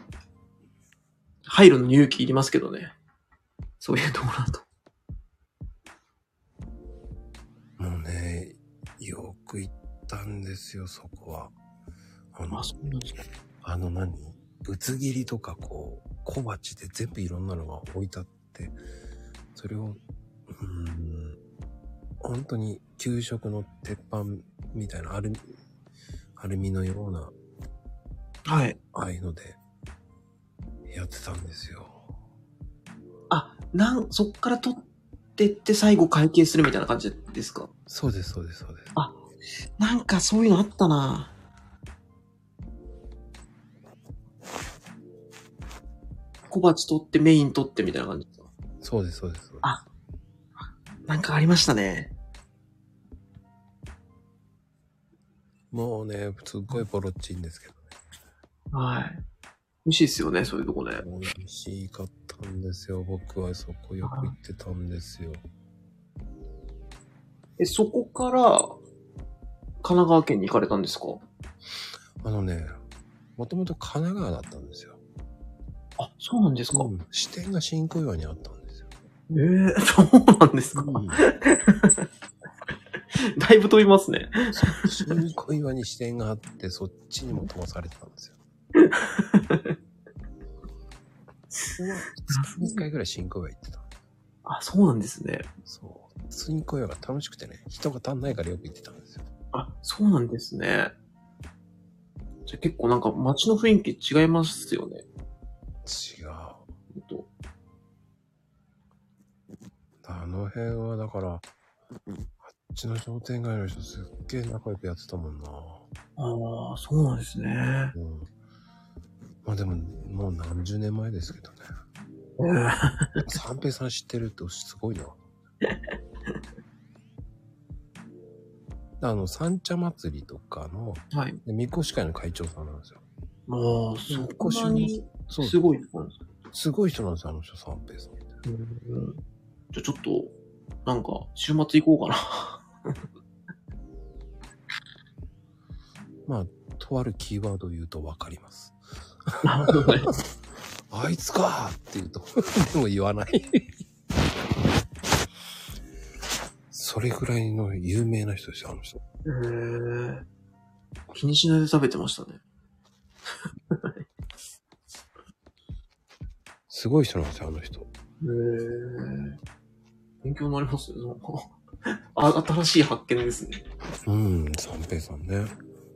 入るのに勇気いりますけどね。そういうところだと。 もうね、よく行ったんですよ、そこは。 そうなんですか。 ぶつ切りとかこう、小鉢で全部いろんなのが置いてあって、それを、本当に給食の鉄板みたいなアルミのような、 はい。 ああいうので、やってたんですよ。 そっから取ってって最後会計するみたいな感じですか？ そうです、そうです、そうです。 なんかそういうのあったな。小鉢取ってメイン取ってみたいな感じですか？ そうです、そうです。 なんかありましたね。 もうね、すっごいボロっちいんですけどね。 はい。美味しいですよね、そういうとこね。 美味しかったんですよ。僕はそこよく行ってたんですよ。 そこから神奈川県に行かれたんですか？ もともと神奈川だったんですよ。 そうなんですか？ 支店が新小岩にあったんですよ。 そうなんですか？だいぶ飛びますね。 新小岩に支店があって、そっちにも飛ばされてたんですよ。3回ぐらい新小岩行ってた。 そうなんですね。 そう。新小岩が楽しくてね、人が足んないからよく行ってたんですよ。 そうなんですね。じゃあ結構なんか街の雰囲気違いますよね。 違う。あの辺はだから、あっちの商店街の人すっげえ仲良くやってたもんな。 そうなんですね。 まあでも、もう何十年前ですけどね。三平さん知ってるってすごいな。三茶祭りとかの、 はい。 みこし会の会長さんなんですよ。 そこんなにすごい人なんですか？ すごい人なんですよ、あの人、三平さんって。 じゃあちょっと、なんか、週末行こうかな。 まあ、とあるキーワードを言うと分かります。 なるほどね。 あいつかーって言うと、でも言わない。それぐらいの有名な人ですよ、あの人。 気にしないで食べてましたね。 すごい人なんですよ、あの人。 勉強になりますね。なんか新しい発見ですね。 三平さんね。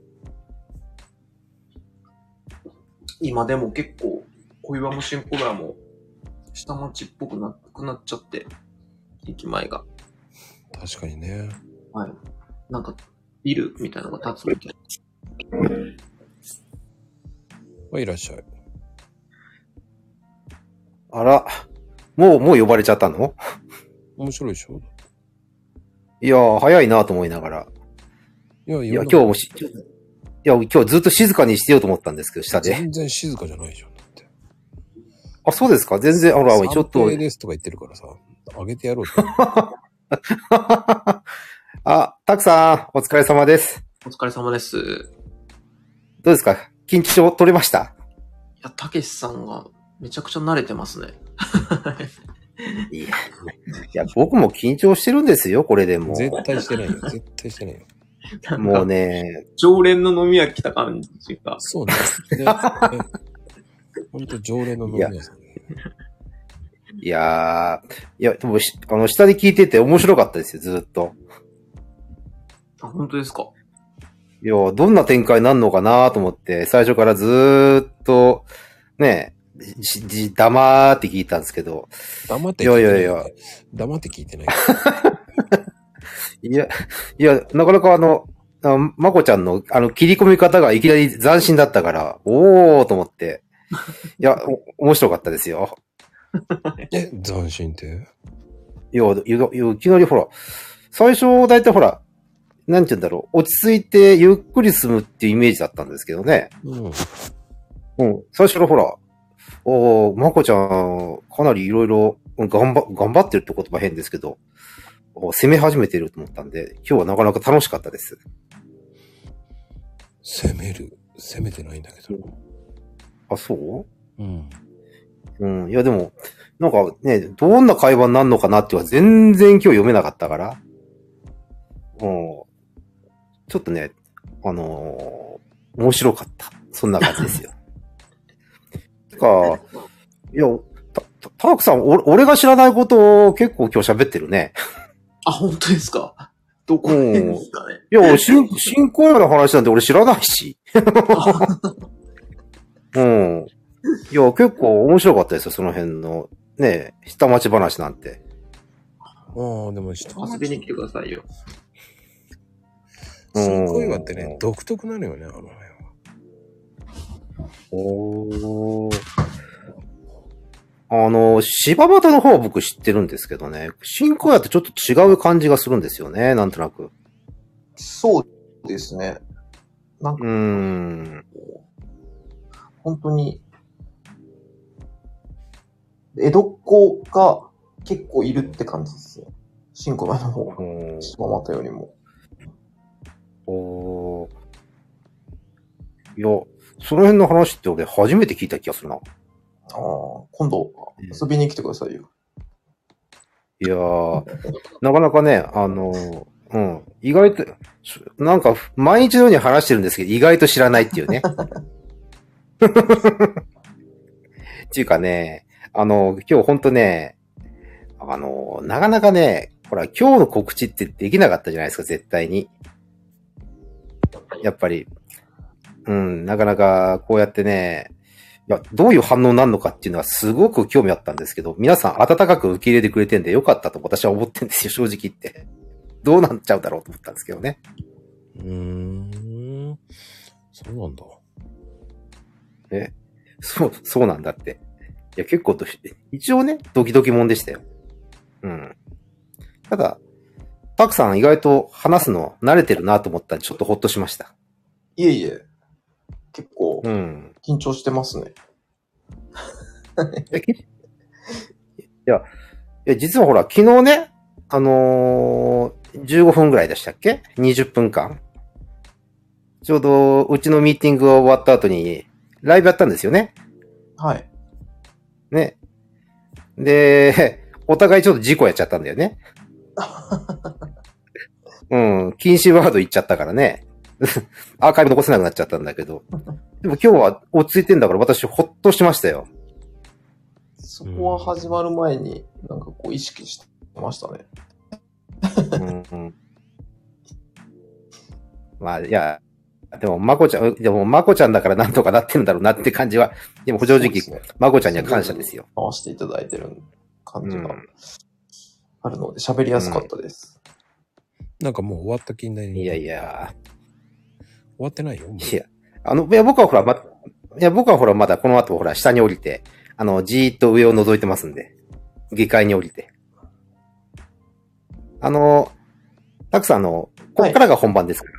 今でも結構、小岩も新小岩も、下町っぽくなくなっちゃって、駅前が。 確かにね。 はい。なんか、ビルみたいなのが建つみたいはい、いらっしゃい。 あら、もう呼ばれちゃったの？ 面白いでしょ？ いやー、早いなと思いながら。いや、今日ずっと静かにしてようと思ったんですけど、下で。 全然静かじゃないじゃん、だって。 そうですか？全然、ほら、ちょっと。 三平ですとか言ってるからさ、あげてやろうと。 たくさん、お疲れ様です。 お疲れ様です。 どうですか？緊張取れました？ いや、たけしさんがめちゃくちゃ慣れてますね。 いや、僕も緊張してるんですよ、これでも。 絶対してないよ、絶対してないよ。 もうね。 常連の飲み屋来た感じが。 そうね。ほんと常連の飲み屋さん。 いや、でも下で聞いてて面白かったですよ、ずっと。 本当ですか？ いや、どんな展開になるのかなと思って、最初からずーっと、ね、黙って聞いたんですけど。 黙って聞いてない。いや黙って聞いてない。 いや、なかなかまこちゃんの切り込み方がいきなり斬新だったから、おーと思って。いや、面白かったですよ。 斬新って？ いきなりほら、最初だいたいほら、なんて言うんだろう、落ち着いてゆっくり進むっていうイメージだったんですけどね。最初のほら、 まこちゃん、かなりいろいろ頑張ってるって言葉変ですけど、攻め始めてると思ったんで、今日はなかなか楽しかったです。 攻めてないんだけど。 あ、そう？ うん。 うん。いや、でも、なんかね、どんな会話になるのかなっていうのは全然今日読めなかったから、ちょっとね、面白かった。そんな感じですよ。てか、いや、タークさん、俺が知らないことを結構今日喋ってるね。 あ、本当ですか？どこですかね。 いや、新小岩の話なんて俺知らないし。うん。いや、結構面白かったですよ、その辺の。ね、下町話なんて。 ああ、でも下町。 遊びに来てくださいよ。 新小岩ってね、独特なのよね、あの辺は。 柴又の方は僕知ってるんですけどね、新小岩ってちょっと違う感じがするんですよね、なんとなく。 そうですね。なんか、本当に、江戸っ子が結構いるって感じですね。新小岩の方が。柴又よりも。 いや、その辺の話って俺初めて聞いた気がするな。 ああ、今度遊びに来てくださいよ。 いやー、なかなかね、意外と、なんか毎日のように話してるんですけど、意外と知らないっていうね。っていうかね、今日ほんとね、なかなかね、ほら、今日の告知ってできなかったじゃないですか、絶対に。やっぱり、なかなかこうやってね、いや、どういう反応になるのかっていうのはすごく興味あったんですけど、皆さん温かく受け入れてくれてんでよかったと私は思ってんですよ、正直言って。どうなっちゃうだろうと思ったんですけどね。 そうなんだ。 そうなんだって。いや、結構一応ね、ドキドキもんでしたよ。ただ、たくさん意外と話すの慣れてるなと思ったんで、ちょっとほっとしました。 いえいえ。結構、緊張してますね。 いや、実はほら、昨日ね、15分ぐらいでしたっけ ?20 分間。ちょうど、うちのミーティングが終わった後に、ライブやったんですよね。 はい。 ね。で、お互いちょっと事故やっちゃったんだよね。禁止ワード言っちゃったからね。アーカイブ残せなくなっちゃったんだけど。でも今日は落ち着いてんだから私ほっとしましたよ。 そこは始まる前になんかこう意識してましたね。 まあ、いや、でもまこちゃんだからなんとかなってるんだろうなって感じは、でも正直、まこちゃんには感謝ですよ。 回していただいてる感じがあるので喋りやすかったです。 なんかもう終わった気になり。 いや。 終わってないよ。 僕はほらまだこの後ほら下に降りて、じーっと上を覗いてますんで。下界に降りて。たくさんこっからが本番ですから。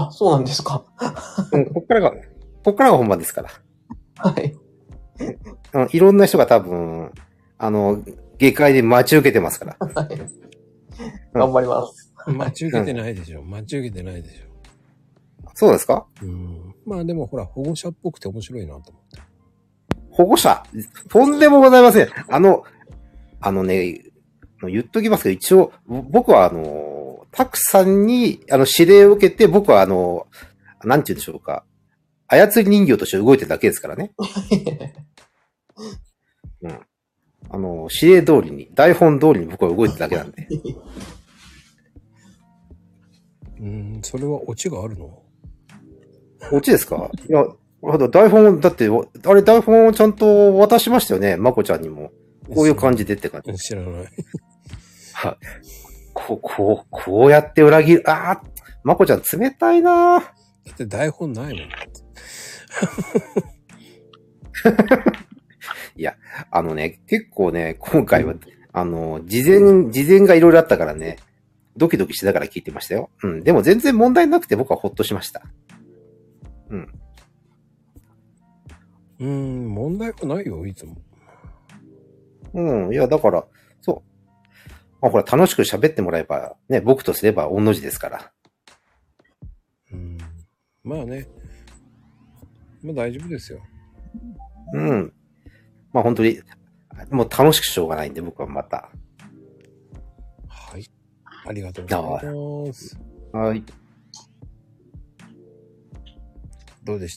あ、そうなんですか。 こっからが本番ですから。 はい。 いろんな人が多分、下界で待ち受けてますから。 はい。頑張ります。 待ち受けてないでしょ。待ち受けてないでしょ。 そうですか？ まあでもほら、保護者っぽくて面白いなと思って。 保護者？とんでもございません。ね、言っときますけど、一応、僕はたくさんに、指令を受けて、僕はなんて言うんでしょうか。操り人形として動いてるだけですからね。指令通りに、台本通りに僕は動いてるだけなんで。 それはオチがあるの？ オチですか？いや、台本、だって、あれ台本をちゃんと渡しましたよね、まこちゃんにも。こういう感じでって感じ。 知らない。 はい。こうやって裏切る。まこちゃん冷たいな。だって台本ないもん。 いや、結構ね、今回は、事前がいろいろあったからね、ドキドキしながら聞いてましたよ。でも全然問題なくて僕はほっとしました。 問題はないよ、いつも。 うん。いや、だから、そう。まあ、これ楽しく喋ってもらえば、ね、僕とすれば御の字ですから。 まあね。まあ大丈夫ですよ。 うん。まあ本当に、もう楽しくしょうがないんで、僕はまた。 はい。ありがとうございます。 はい。 どうでした？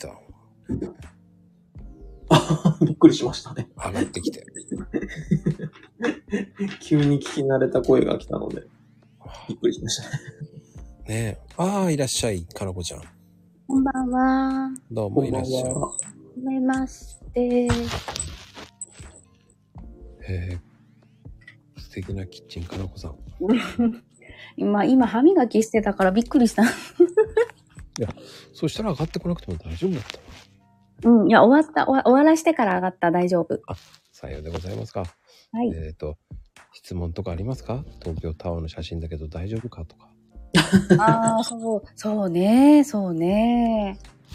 びっくりしましたね。 上がってきて。 急に聞き慣れた声が来たので、びっくりしましたね。 ねえ。ああ、いらっしゃい、かなこちゃん。 こんばんは。 どうもいらっしゃい。 はじめまして。 素敵なキッチン、かなこさん。 今歯磨きしてたからびっくりした。 いや、そしたら上がってこなくても大丈夫だった。 いや、終わらしてから上がった、大丈夫。 あ、さようでございますか。 はい。 質問とかありますか？東京タワーの写真だけど大丈夫かとか。 ああ、そうね。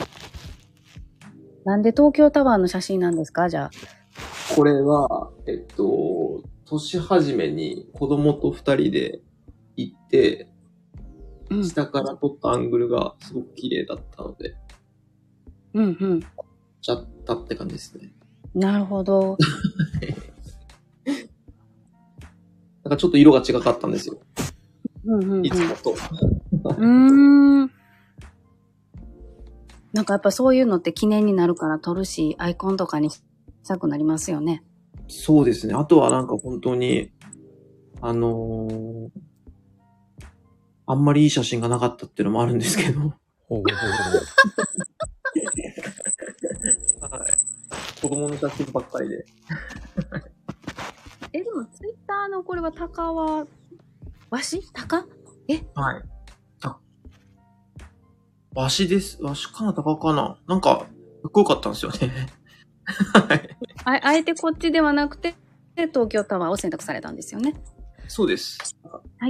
なんで東京タワーの写真なんですか、じゃあ。 これは、年始めに子供と二人で行って、下から撮ったアングルがすごく綺麗だったので、ちゃったって感じですね。 なるほど。 なんかちょっと色が違かったんですよ。いつもと。 なんかやっぱそういうのって記念になるから撮るし、アイコンとかにしたくなりますよね。 そうですね。あとはなんか本当に、あんまりいい写真がなかったっていうのもあるんですけど。はい。子供の写真ばっかりで。 でもツイッターのこれは鷹は、わしはい。わしです。わしかな鷹かななんか、かっこよかったんですよね。はい。 あえてこっちではなくて、東京タワーを選択されたんですよね。 そうです。 はい。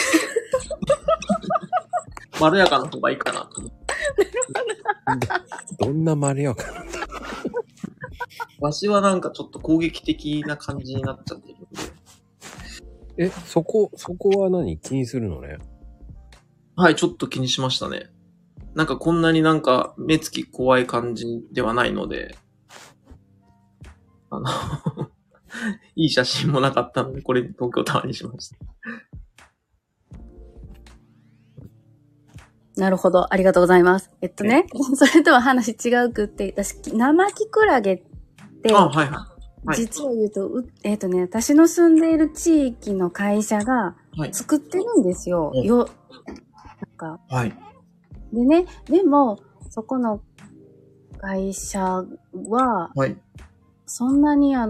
まろやかな方がいいかなと思って。 どんなまろやかなんだ。 わしはなんかちょっと攻撃的な感じになっちゃってるんで。 そこは何気にするのね？ はい、ちょっと気にしましたね。なんかこんなになんか目つき怖い感じではないので、いい写真もなかったので、これ東京タワーにしました。 なるほど。ありがとうございます。それとは話違うくって、私、生キクラゲって、実を言うと、私の住んでいる地域の会社が作ってるんですよ。なんか。はい。でね、でも、そこの会社は、そんなに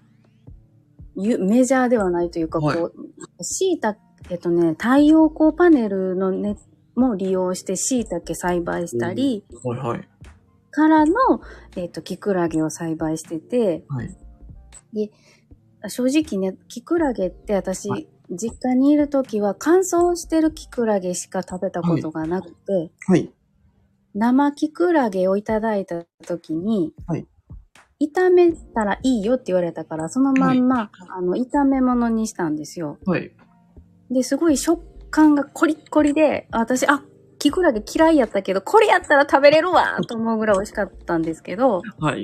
メジャーではないというか、椎茸、太陽光パネルのね、も利用して椎茸栽培したり、からの、キクラゲを栽培してて、で、正直ね、キクラゲって私、実家にいるときは乾燥してるキクラゲしか食べたことがなくて、生キクラゲをいただいたときに、炒めたらいいよって言われたから、そのまんま、炒め物にしたんですよ。で、すごい食感がコリッコリで、私、キクラゲ嫌いやったけど、これやったら食べれるわと思うぐらい美味しかったんですけど、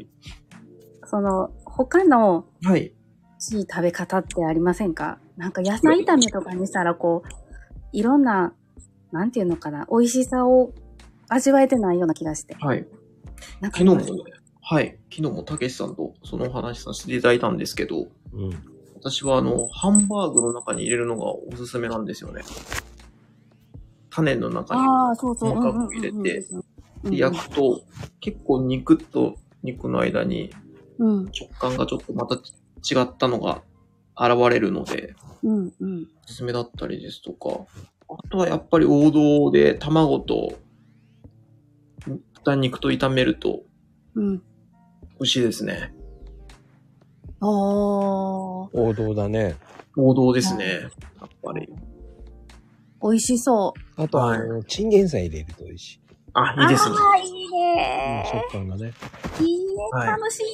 他の、食べ方ってありませんか？なんか野菜炒めとかにしたらいろんな、なんていうのかな、美味しさを味わえてないような気がして。 昨日もたけしさんとそのお話させていただいたんですけど、私はハンバーグの中に入れるのがおすすめなんですよね。種の中に細かく入れて、焼くと結構肉と肉の間に食感がちょっとまた違ったのが現れるので、おすすめだったりですとか、あとはやっぱり王道で卵と豚肉と炒めると美味しいですね。 王道だね。 王道ですね。やっぱり。 美味しそう。 あとチンゲン菜入れると美味しい。 あ、いいですね。 ああ、いいね食感がね。 いいね、 はい楽しいね。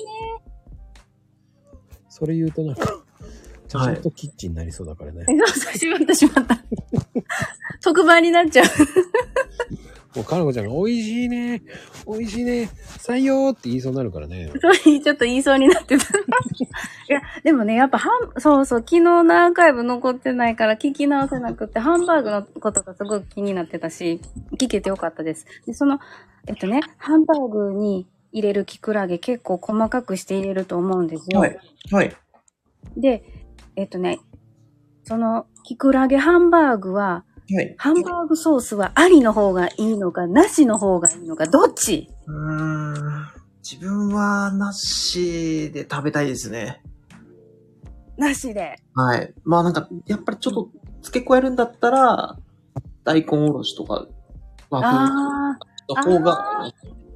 それ言うとなんか、ちゃんとキッチンになりそうだからね。 そう、しまったしまった。特番になっちゃう。 もう、かなこちゃんが、美味しいね、美味しいね、採用って言いそうになるからね。 そう、ちょっと言いそうになってた。いや、でもね、やっぱそうそう、昨日のアーカイブ残ってないから聞き直せなくて、ハンバーグのことがすごく気になってたし、聞けてよかったです。で、ハンバーグに入れるキクラゲ結構細かくして入れると思うんですよ。 はい。はい。 で、そのキクラゲハンバーグは、 はい。 ハンバーグソースはありの方がいいのか、なしの方がいいのか、どっち？ 自分はなしで食べたいですね。 なしで。 はい。まあなんか、やっぱりちょっと付け加えるんだったら、大根おろしとか、和風の方が、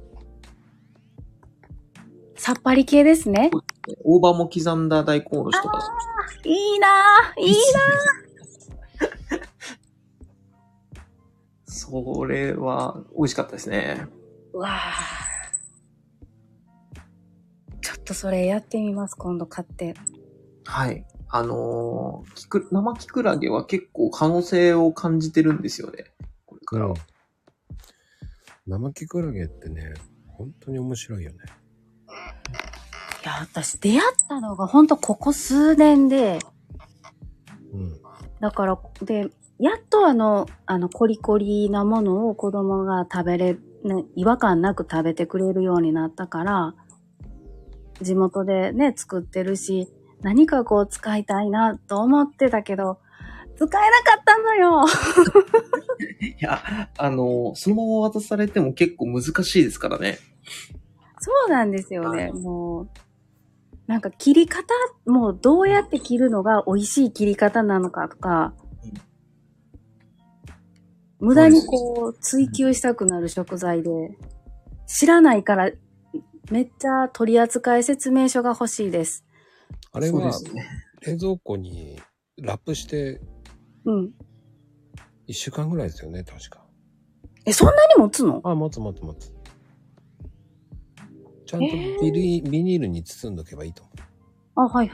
さっぱり系ですね。 大葉も刻んだ大根おろしとか。 いいなぁ、いいなぁ。 それは美味しかったですね。 うわぁ。ちょっとそれやってみます、今度買って。 はい。生キクラゲは結構可能性を感じてるんですよね。これからは。 生キクラゲってね、本当に面白いよね。 いや、私出会ったのが本当ここ数年で、だから、で、やっとコリコリなものを子供が食べれる、ね、違和感なく食べてくれるようになったから、地元でね、作ってるし、何かこう使いたいなと思ってたけど、使えなかったのよ。 いや、そのまま渡されても結構難しいですからね。 そうなんですよね。もう、なんか切り方、もうどうやって切るのが美味しい切り方なのかとか、無駄にこう追求したくなる食材で、知らないからめっちゃ取扱説明書が欲しいです。 あれは冷蔵庫にラップして、1週間ぐらいですよね、確か。 そんなに持つの？ 持つ。ちゃんとビニールに包んどけばいいと思う。 はい。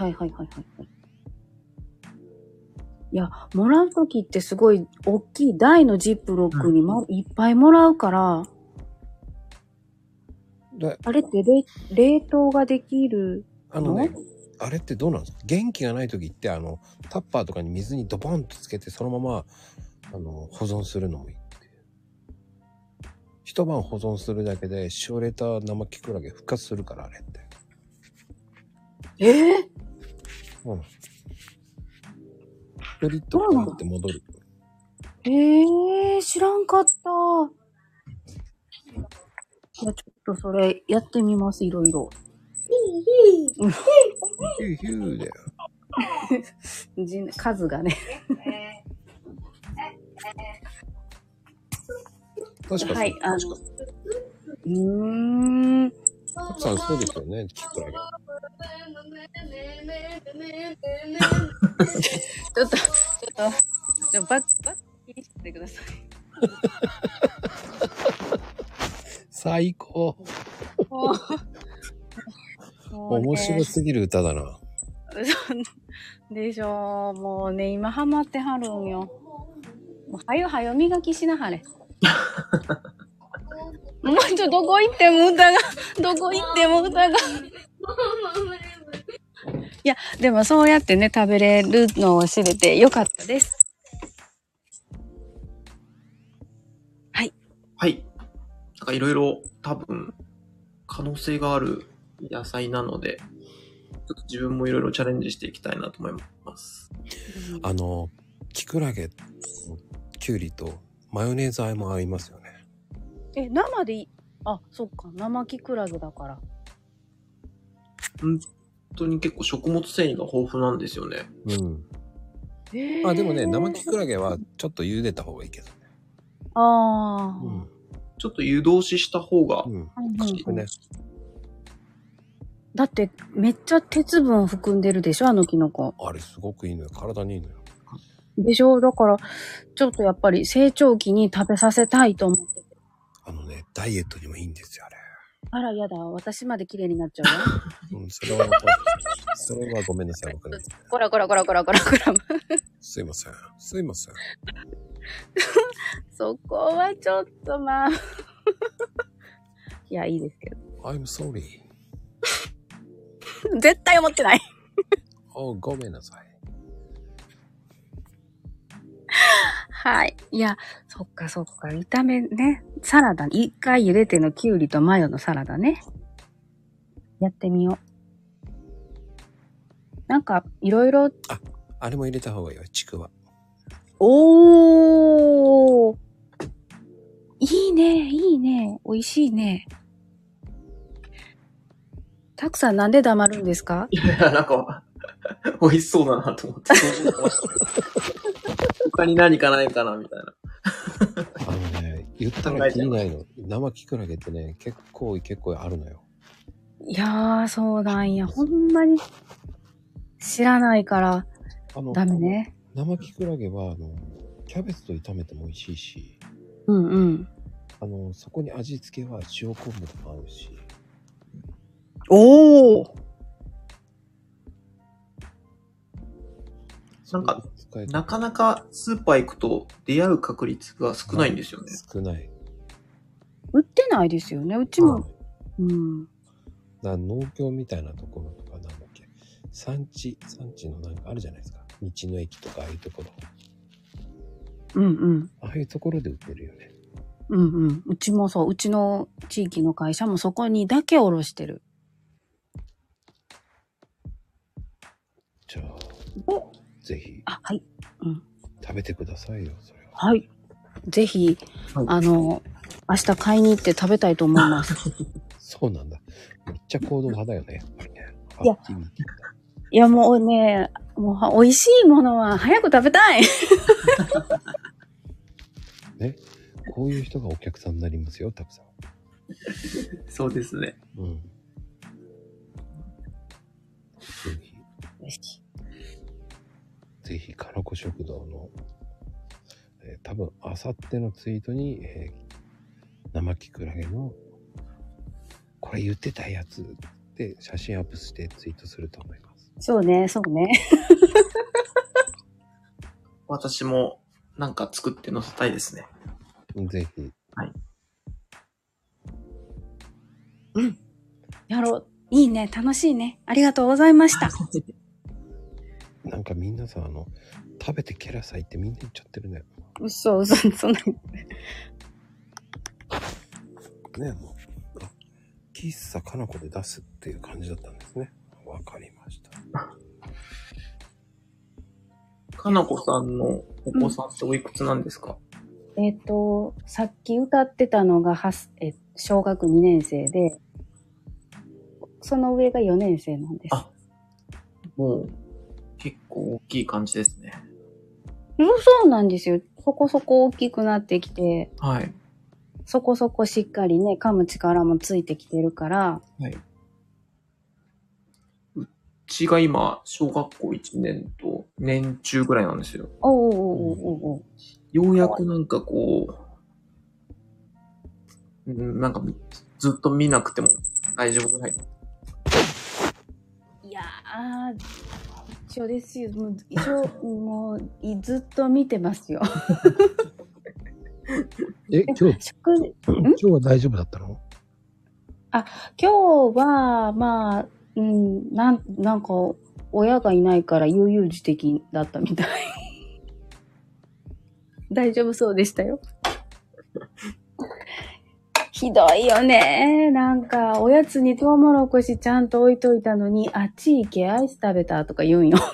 いや、もらうときってすごい大きい大のジップロックにいっぱいもらうから、あれって冷凍ができるの？ あれってどうなんですか？元気がないときってタッパーとかに水にドボンとつけてそのまま保存するのもいいって。一晩保存するだけでしおれた生キクラゲ復活するから、あれって。プリッとって戻る。 知らんかった。いや、ちょっとそれやってみます、いろいろ。 ヒューだよ。 数がね。 確かに。 はい、 たくさんそうですよね、キクラゲ。 ちょっと、バッキリしてください。 最高。面白すぎる歌だな。 でしょう。もうね、今ハマってはるんよ。もうはよ磨きしなはれ。もうどこ行っても歌が。いや、でもそうやってね、食べれるのを知れてよかったです。はい。 はい。なんかいろいろ多分可能性がある野菜なので、ちょっと自分もいろいろチャレンジしていきたいなと思います。 キクラゲ、キュウリとマヨネーズ和えも合いますよね。 生でいい？そっか。生キクラゲだから。 本当に結構食物繊維が豊富なんですよね。 でもね、生キクラゲはちょっと茹でた方がいいけどね。 ちょっと湯通しした方がいいね。 だってめっちゃ鉄分含んでるでしょ、あのキノコ。 あれすごくいいのよ。体にいいのよ。 でしょ？だからちょっとやっぱり成長期に食べさせたいと思ってて。 ダイエットにもいいんですよ、あれ。 あら、やだ。私まで綺麗になっちゃうよ。 それはごめんなさい、僕ね。 こら。 すいません。すいません。 そこはちょっとまあ。いや、いいですけど。 I'm sorry. 絶対思ってない。 ごめんなさい。 はい。いや、そっか。炒めね。サラダ。一回茹でてのキュウリとマヨのサラダね。やってみよう。なんか、いろいろ。 あれも入れた方がいいよ、ちくわ。 おー。いいね。美味しいね。たくさんなんで黙るんですか？ いや、なんか、美味しそうだなと思って。他に何かないかなみたいな。 言ったらきりないの。生キクラゲってね、結構あるのよ。 いやー、そうなんや。ほんまに知らないから、ダメね。 生キクラゲは、キャベツと炒めても美味しいし、そこに味付けは塩昆布とか合うし。 おー！ なんか、なかなかスーパー行くと出会う確率が少ないんですよね。 少ない。 売ってないですよね、うちも。 農協みたいなところとか、なんだっけ、産地のなんかあるじゃないですか。道の駅とかああいうところ。ああいうところで売ってるよね。 うちもそう、うちの地域の会社もそこにだけおろしてる。 じゃあ、ぜひ。 はい。 食べてくださいよ、それは。 はい。ぜひ、明日買いに行って食べたいと思います。 そうなんだ。めっちゃ行動派だよね、やっぱりね。 いやもうね、美味しいものは早く食べたい。 ね、こういう人がお客さんになりますよ、たくさん。 そうですね。 ぜひ、かなこ食堂の、多分、あさってのツイートに、生キクラゲの、これ言ってたやつで写真アップしてツイートすると思います。 そうね。 私もなんか作って載せたいですね。 ぜひ。 はい。 やろう。いいね。楽しいね。ありがとうございました。 なんかみんなさ、食べてケラサイってみんな言っちゃってるね。 嘘。そんな。 ね、もう、喫茶かなこで出すっていう感じだったんですね。わかりました。 かなこさんのお子さんっておいくつなんですか？ さっき歌ってたのが小学2年生で、その上が4年生なんです。 もう、結構大きい感じですね。 そうなんですよ。そこそこ大きくなってきて、 はい。 そこそこしっかりね、噛む力もついてきてるから。 はい。うちが今、小学校1年と年中ぐらいなんですよ。ようやくなんかこう、なんかずっと見なくても大丈夫ぐらい。 いやー、一緒ですよ。もうずっと見てますよ。 今日は大丈夫だったの？ 今日は、まあ、なんか、親がいないから悠々自適だったみたい。大丈夫そうでしたよ。ひどいよね。なんか、おやつにトウモロコシちゃんと置いといたのに、あっち行け、アイス食べたとか言うんよ。ち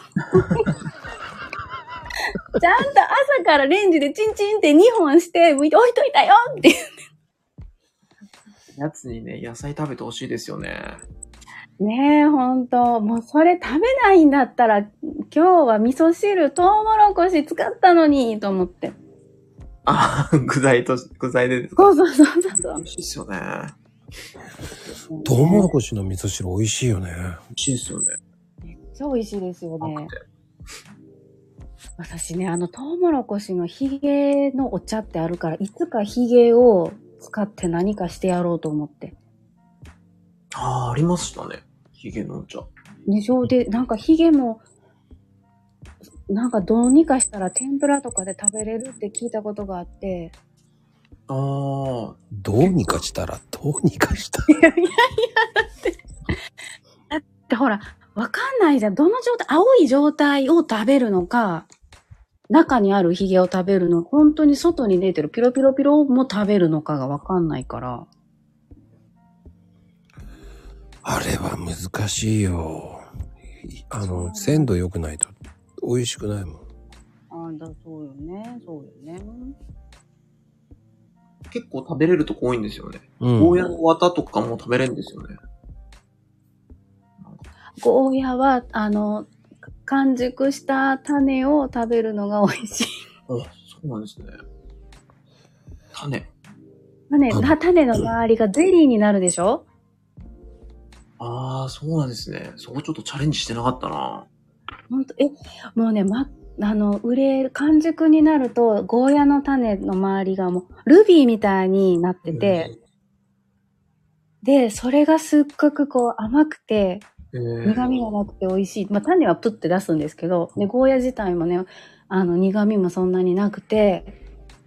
ゃんと朝からレンジでチンチンって2本して置いといたよって言う。 やつにね、野菜食べてほしいですよね。 ねえ、ほんと。もうそれ食べないんだったら、今日は味噌汁、トウモロコシ使ったのに、と思って。 具材でですか？ そう。 美味しいですよね。 トウモロコシの味噌汁美味しいよね。 美味しいですよね。 めっちゃ美味しいですよね。私ね、トウモロコシのヒゲのお茶ってあるから、いつかヒゲを使って何かしてやろうと思って。 ありましたね。ヒゲのお茶。 でしょ？で、なんかヒゲも、なんかどうにかしたら天ぷらとかで食べれるって聞いたことがあって。 どうにかしたら。 いや、だってほら、わかんないじゃん。どの状態、青い状態を食べるのか、中にあるヒゲを食べるの、本当に外に出てるピロピロピロも食べるのかがわかんないから。 あれは難しいよ。鮮度良くないと美味しくないもん。 そうよね。 結構食べれるとこ多いんですよね。 ゴーヤの綿とかも食べれるんですよね。 ゴーヤは、完熟した種を食べるのが美味しい。 そうなんですね。種の周りがゼリーになるでしょ？ そうなんですね。そこちょっとチャレンジしてなかったな。 ほんと、もうね、完熟になると、ゴーヤの種の周りがもう、ルビーみたいになってて、で、それがすっごくこう甘くて、苦味がなくて美味しい。種はプッて出すんですけど、で、ゴーヤ自体もね、苦味もそんなになくて、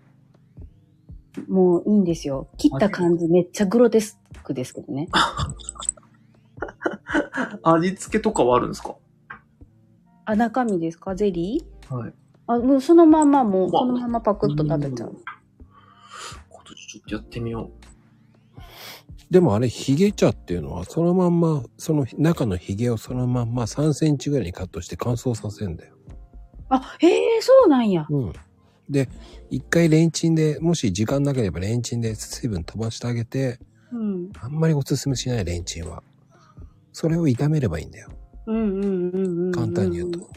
もういいんですよ。切った感じめっちゃグロテスクですけどね。 味付けとかはあるんですか？ 中身ですか？ゼリー？はい。 もうそのままそのままパクッと食べちゃう。 今年ちょっとやってみよう。 でもあれ、ヒゲ茶っていうのは、そのまんま、その中のヒゲをそのまんま3センチぐらいにカットして乾燥させるんだよ。 そうなんや。 で、一回レンチンで、もし時間なければレンチンで水分飛ばしてあげて、あんまりおすすめしないレンチンは。それを炒めればいいんだよ。簡単に言うと。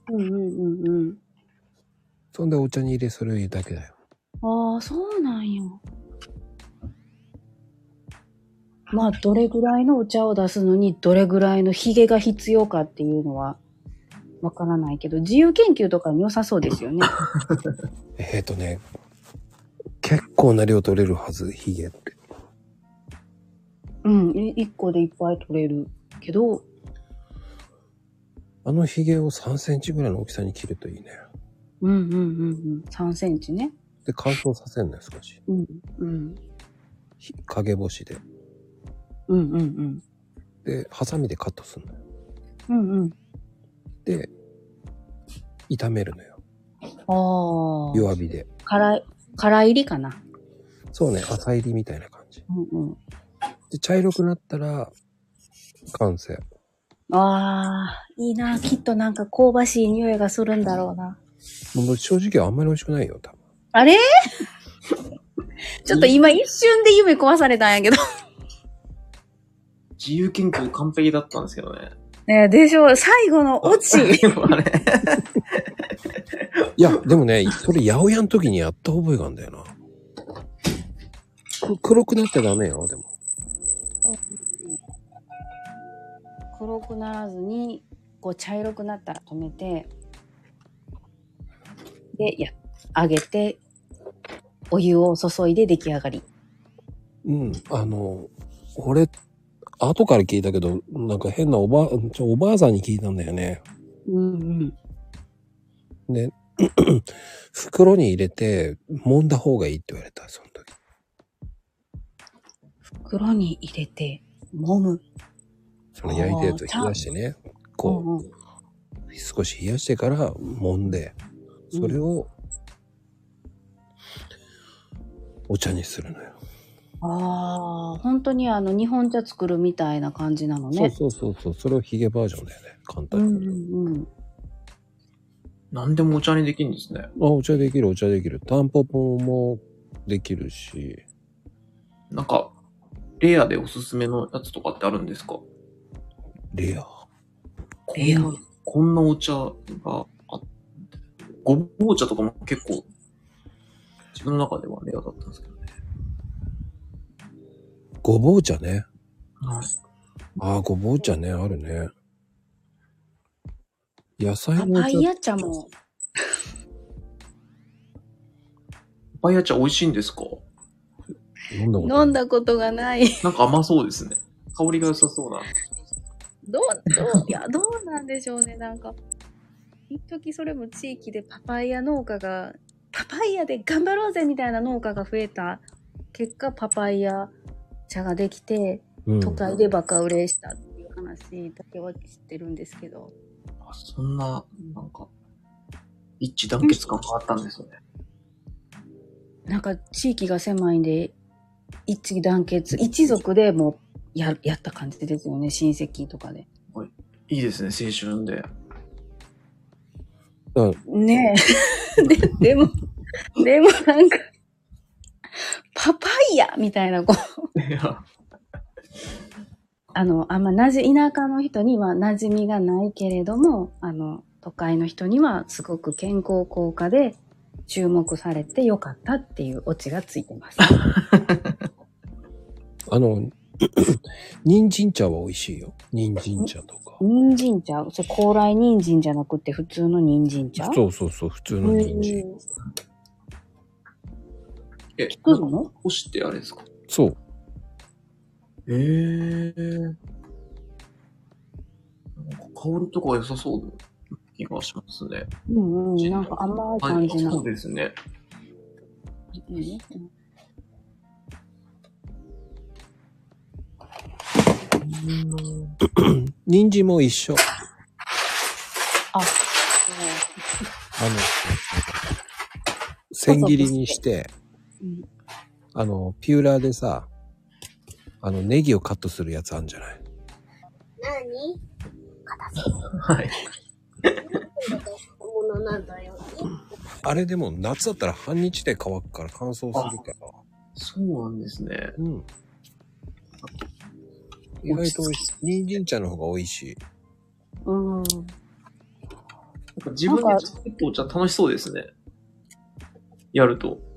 そんでお茶に入れ、それを入れるだけだよ。 そうなんよ。どれぐらいのお茶を出すのに、どれぐらいのヒゲが必要かっていうのは、わからないけど、自由研究とかに良さそうですよね。 結構な量取れるはず、ヒゲって。 1個でいっぱい取れるけど。 あのヒゲを3センチぐらいの大きさに切るといいね。 3センチね。 で、乾燥させんのよ、少し。陰干しで。で、ハサミでカットするのよ。で、炒めるのよ。弱火で。 辛入りかな。 そうね、浅入りみたいな感じ。で、茶色くなったら、完成。 いいな。きっとなんか香ばしい匂いがするんだろうな。 もう正直あんまり美味しくないよ、多分。 あれちょっと今一瞬で夢壊されたんやけど。 自由研究完璧だったんですけどね。 でしょ、最後のオチ。 いや、でもね、それ八百屋の時にやった覚えがあるんだよな。黒くなってダメよ、でも。 黒くならずに、こう茶色くなったら止めて、で、揚げて、お湯を注いで出来上がり。 俺、後から聞いたけど、なんか変なおばあさんに聞いたんだよね。で、袋に入れて、揉んだ方がいいって言われた、その時。 袋に入れて、揉む。 その焼いたやつを冷やしてね、少し冷やしてから揉んで、それを、お茶にするのよ。 本当に日本茶作るみたいな感じなのね。 そう。それをヒゲバージョンだよね。簡単に。 何でもお茶にできるんですね。 お茶できる。タンポポもできるし。 なんか、レアでおすすめのやつとかってあるんですか？ レア。 こんなお茶があって、ごぼう茶とかも結構、自分の中ではレアだったんですけどね。 ごぼう茶ね。 はい。 ごぼう茶ね、あるね。野菜のお茶。 パパイヤ茶も。 パパイヤ茶美味しいんですか？ 飲んだことがない。 なんか甘そうですね。香りが良さそうな。 どうなんでしょうね。なんか、一時それも地域でパパイヤで頑張ろうぜみたいな農家が増えた結果、パパイヤ茶ができて、都会でバカ売れしたっていう話だけは知ってるんですけど。 そんな、なんか、一致団結感があったんですよね。 なんか地域が狭いんで、一致団結、一族でもうやった感じですよね、親戚とかで。 いいですね、青春で。 ねえ。でもなんか、パパイヤみたいな、こう。いや。あんま田舎の人には馴染みがないけれども、都会の人にはすごく健康効果で注目されてよかったっていうオチがついてます。 人参茶は美味しいよ。人参茶とか。 人参茶？それ高麗人参じゃなくて普通の人参茶？ そう、普通の人参。 作るの？ 干してあれですか？ そう。 香りとか良さそうな気がしますね。 なんか甘い感じな。 そうですね。 人参も一緒。千切りにして、ピューラーでさ、ネギをカットするやつあるんじゃない？ 何？ はい。 ものなんだよ。 あれでも夏だったら半日で乾くから乾燥するから。 そうなんですね。 意外と人参茶の方が美味しい。 なんか自分で作ったお茶楽しそうですね。やると。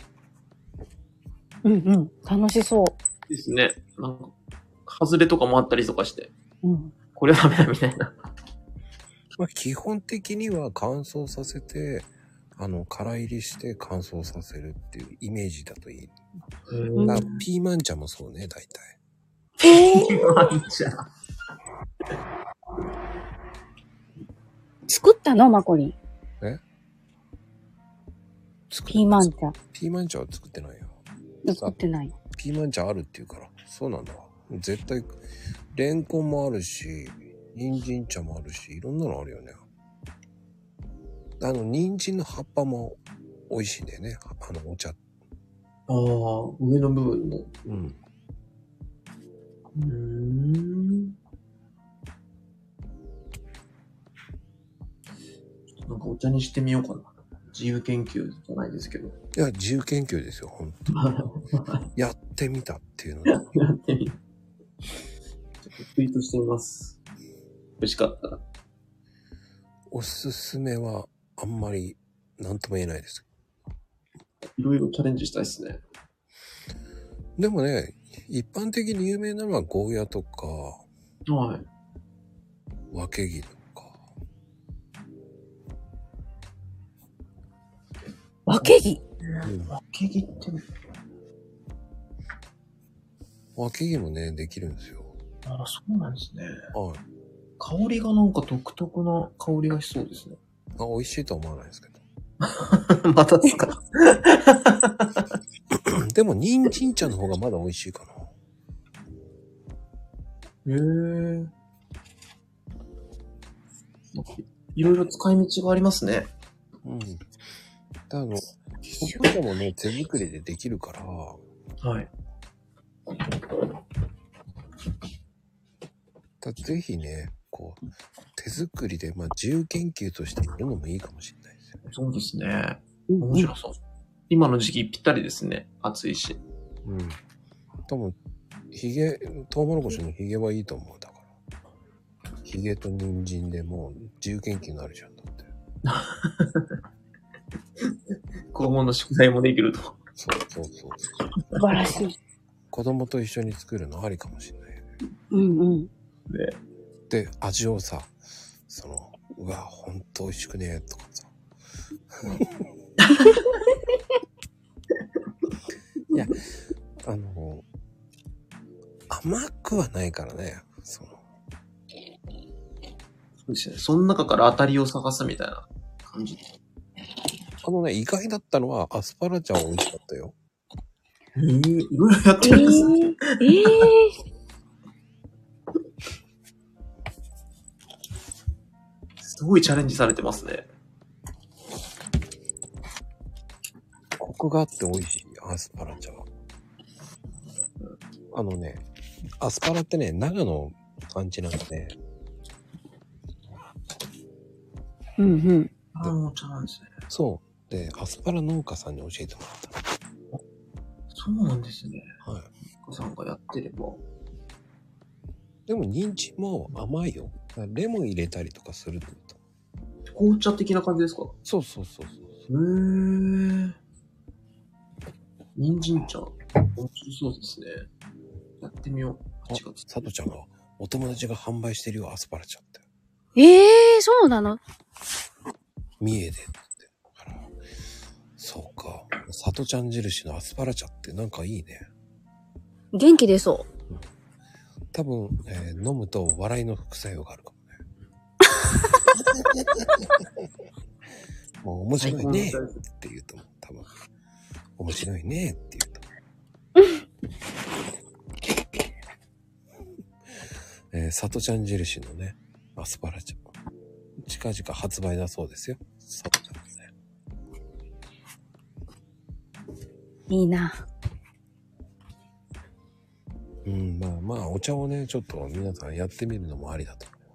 楽しそう。 ですね。なんか、外れとかもあったりとかして。これはダメだみたいな。 基本的には乾燥させて、空入りして乾燥させるっていうイメージだといい。ピーマン茶もそうね、大体。 ピーマン茶。 作ったのマコリン。ピーマン茶。 ピーマン茶は作ってないよ。 作ってない。 ピーマン茶あるっていうから。そうなんだ。絶対、レンコンもあるし、人参茶もあるし、いろんなのあるよね。人参の葉っぱも美味しいんだよね。お茶。 上の部分の。なんかお茶にしてみようかな。自由研究じゃないですけど。 いや、自由研究ですよ、本当に。やってみたっていうの。 やってみた。ちょっとツイートしてみます。美味しかったら。 おすすめは、あんまり、なんとも言えないです。 いろいろチャレンジしたいですね。 でもね、一般的に有名なのはゴーヤとか、わけぎとか。 わけぎ？ わけぎってわけぎもね、できるんですよ。 そうなんですね。香りがなんか独特な香りがしそうですね。 美味しいとは思わないですけど。 またですか？ でも、人参茶の方がまだ美味しいかな。 いろいろ使い道がありますね。 そこでもね、手作りでできるから。ぜひね、手作りで、自由研究としてやるのもいいかもしれないですよね。 そうですね。面白そう。今の時期ぴったりですね。暑いし。 多分、トウモロコシのヒゲはいいと思う。だから。ヒゲと人参でもう自由研究になるじゃん、だって。 子供の宿題もできると。 そう。 素晴らしい。 子供と一緒に作るのありかもしれないよね。 で、味をさ、うわ、ほんと美味しくねとかさ。いや、 甘くはないからね。 そうですね。その中から当たりを探すみたいな感じ。 意外だったのは、アスパラ茶は美味しかったよ。 いろいろやってるんですね。すごいチャレンジされてますね。 コクがあって美味しい、アスパラ茶は。アスパラってね、長野産地なんで。 うんうん。 お茶なんですね。 そう。で、アスパラ農家さんに教えてもらった。 そうなんですね。 はい。 農家さんがやってれば。 でも、人参も甘いよ。レモン入れたりとかすると。 紅茶的な感じですか？ そうそうそうそう。 人参茶。面白そうですね。やってみよう。8月。 佐藤ちゃんが、お友達が販売してるよ、アスパラ茶って。 そうなの？ 三重でって。そうか。佐藤ちゃん印のアスパラ茶ってなんかいいね。 元気出そう。 多分、飲むと笑いの副作用があるかもね。もう面白いねって言うと、多分、面白いねって言うと。佐藤ちゃん印のね、アスパラ茶。近々発売だそうですよ。佐藤ちゃんですね。 いいな。 まあ、お茶をね、ちょっと皆さんやってみるのもありだと思い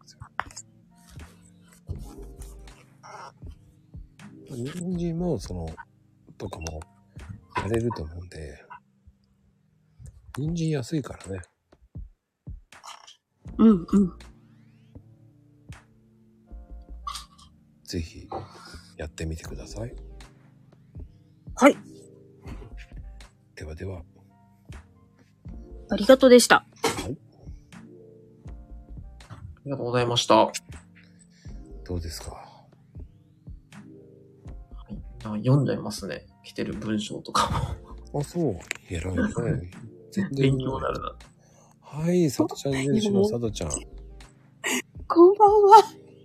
ますよ。人参も、とかも、やれると思うんで、人参安いからね。 うんうん。 ぜひ、やってみてください。 はい。 ではでは。 ありがとうでした。 はい。 ありがとうございました。 どうですか？ はい。読んじゃいますね。来てる文章とかも。あ、そう。偉いね。 勉強になるな。 はい、佐藤ちゃん印の佐藤ちゃん。 こんばんは。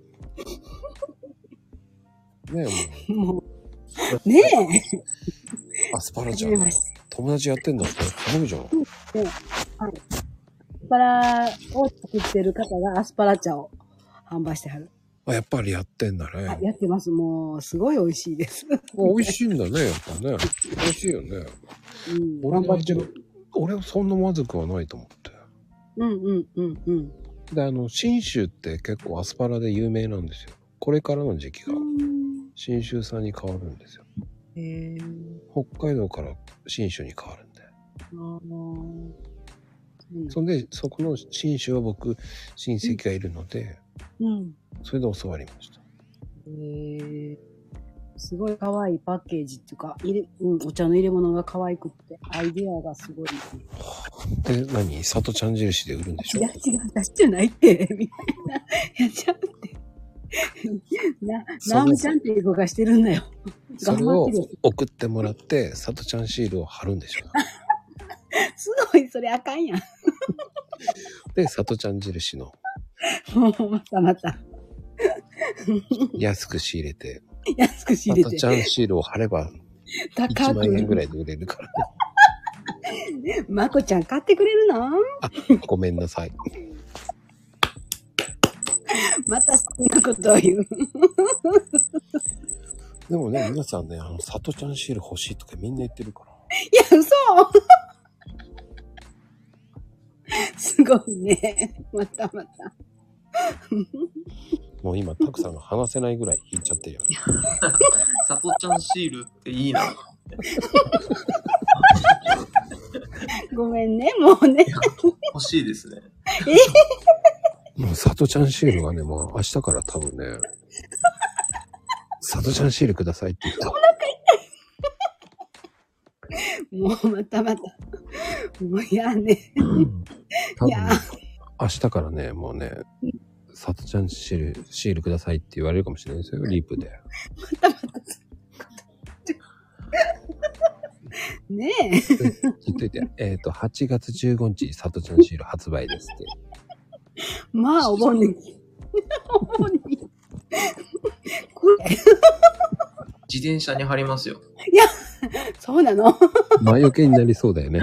ねえ、もう。ねえ。 アスパラちゃん、友達やってんだって。すごいじゃん。はい。 アスパラを作ってる方がアスパラ茶を販売してはる。 やっぱりやってんだね。 やってます。もう、すごい美味しいです。 美味しいんだね、やっぱね。美味しいよね。頑張ってる。俺はそんなまずくはないと思って。で、信州って結構アスパラで有名なんですよ。これからの時期が信州産に変わるんですよ。北海道から信州に変わるんで。そんで、そこの信州は僕、親戚がいるので、それで教わりました。 すごい可愛いパッケージっていうか、お茶の入れ物が可愛くって、アイデアがすごい。 で、何？佐藤ちゃん印で売るんでしょ？ いや、違う、私じゃないって、みたいな。やっちゃうって。ナムちゃんっていう子がしてるんだよ。 それを送ってもらって、佐藤ちゃんシールを貼るんでしょ？ すごい、それあかんやん。 で、佐藤ちゃん印の。 もう、また。 安く仕入れて。 安く仕入れて。 佐藤ちゃんシールを貼れば、1万円ぐらいで売れるからね。まこちゃん買ってくれるの？ ごめんなさい。 またそんなことを言う。 でもね、皆さんね、佐藤ちゃんシール欲しいとかみんな言ってるから。 いや、嘘すごいね。また。 もう今、たくさんが話せないぐらい引いちゃってるよ。 佐藤ちゃんシールっていいな。 ごめんね、もうね。 欲しいですね。 もう佐藤ちゃんシールがね、もう明日から多分ね、佐藤ちゃんシールくださいって言って。 お腹痛い。もうまた。もう嫌ね。 いや。明日からね、もうね、佐藤ちゃんシールくださいって言われるかもしれないですよ、リープで。 ねえ。 言っといて、8月15日、さとちゃんシール発売ですって。 まあ、お盆に。お盆に。これ。 自転車に貼りますよ。 いや、そうなの。 魔除けになりそうだよね。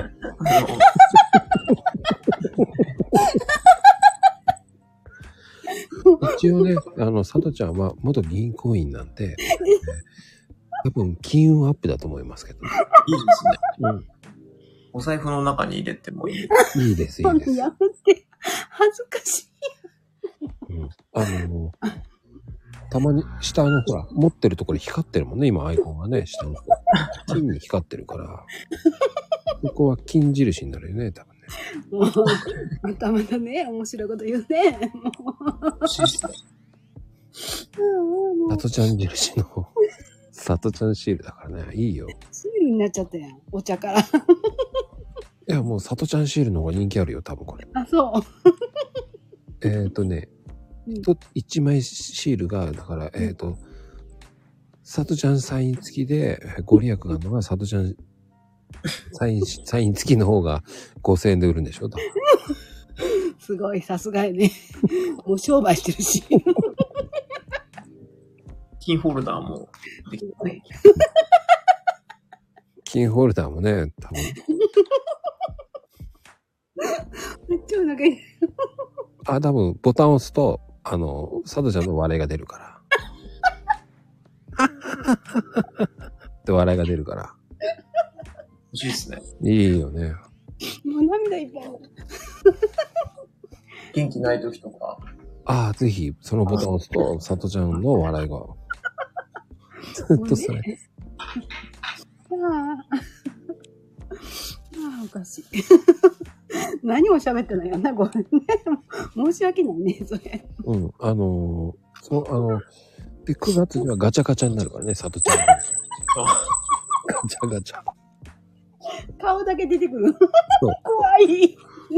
一応ね、さとちゃんは元銀行員なんで、多分金運アップだと思いますけど。 いいですね。 うん。 お財布の中に入れてもいい。 いいです、いいです。 やめて。恥ずかしい。 うん。たまに下のほら、持ってるところ光ってるもんね、今アイコンがね、下の方。金に光ってるから。ここは金印になるよね、多分ね。 もう、またまたね、面白いこと言うね。 さとちゃん印の、さとちゃんシールだからね、いいよ。 シールになっちゃったやん、お茶から。 いや、もうさとちゃんシールの方が人気あるよ、多分これ。 あ、そう。 一枚シールが、だから、さとちゃんサイン付きで、ご利益があるのが、さとちゃんサイン付きの方が5000円で売るんでしょ多分。 すごい、さすがやね。もう商売してるし。 キーホルダーもできる。 キーホルダーもね、多分。 めっちゃお腹痛い。 多分、ボタンを押すと、さとちゃんの笑いが出るから。で、笑いが出るから。 欲しいですね。 いいよね。 もう涙いっぱい。 元気ない時とか。 ぜひ、そのボタンを押すと、さとちゃんの笑いが。ずっとそれ。 おかしい。何も喋ってないよな、ごめんね。申し訳ないね、それ。 うん。で、9月にはガチャガチャになるからね、さとちゃん。ガチャガチャ。 顔だけ出てくる。 そう怖い。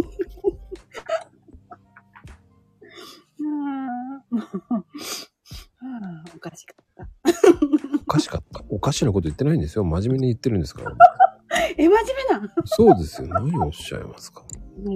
おかしかった。 おかしかった。おかしなこと言ってないんですよ。真面目に言ってるんですから。 真面目な。 そうですよ。何をおっしゃいますか。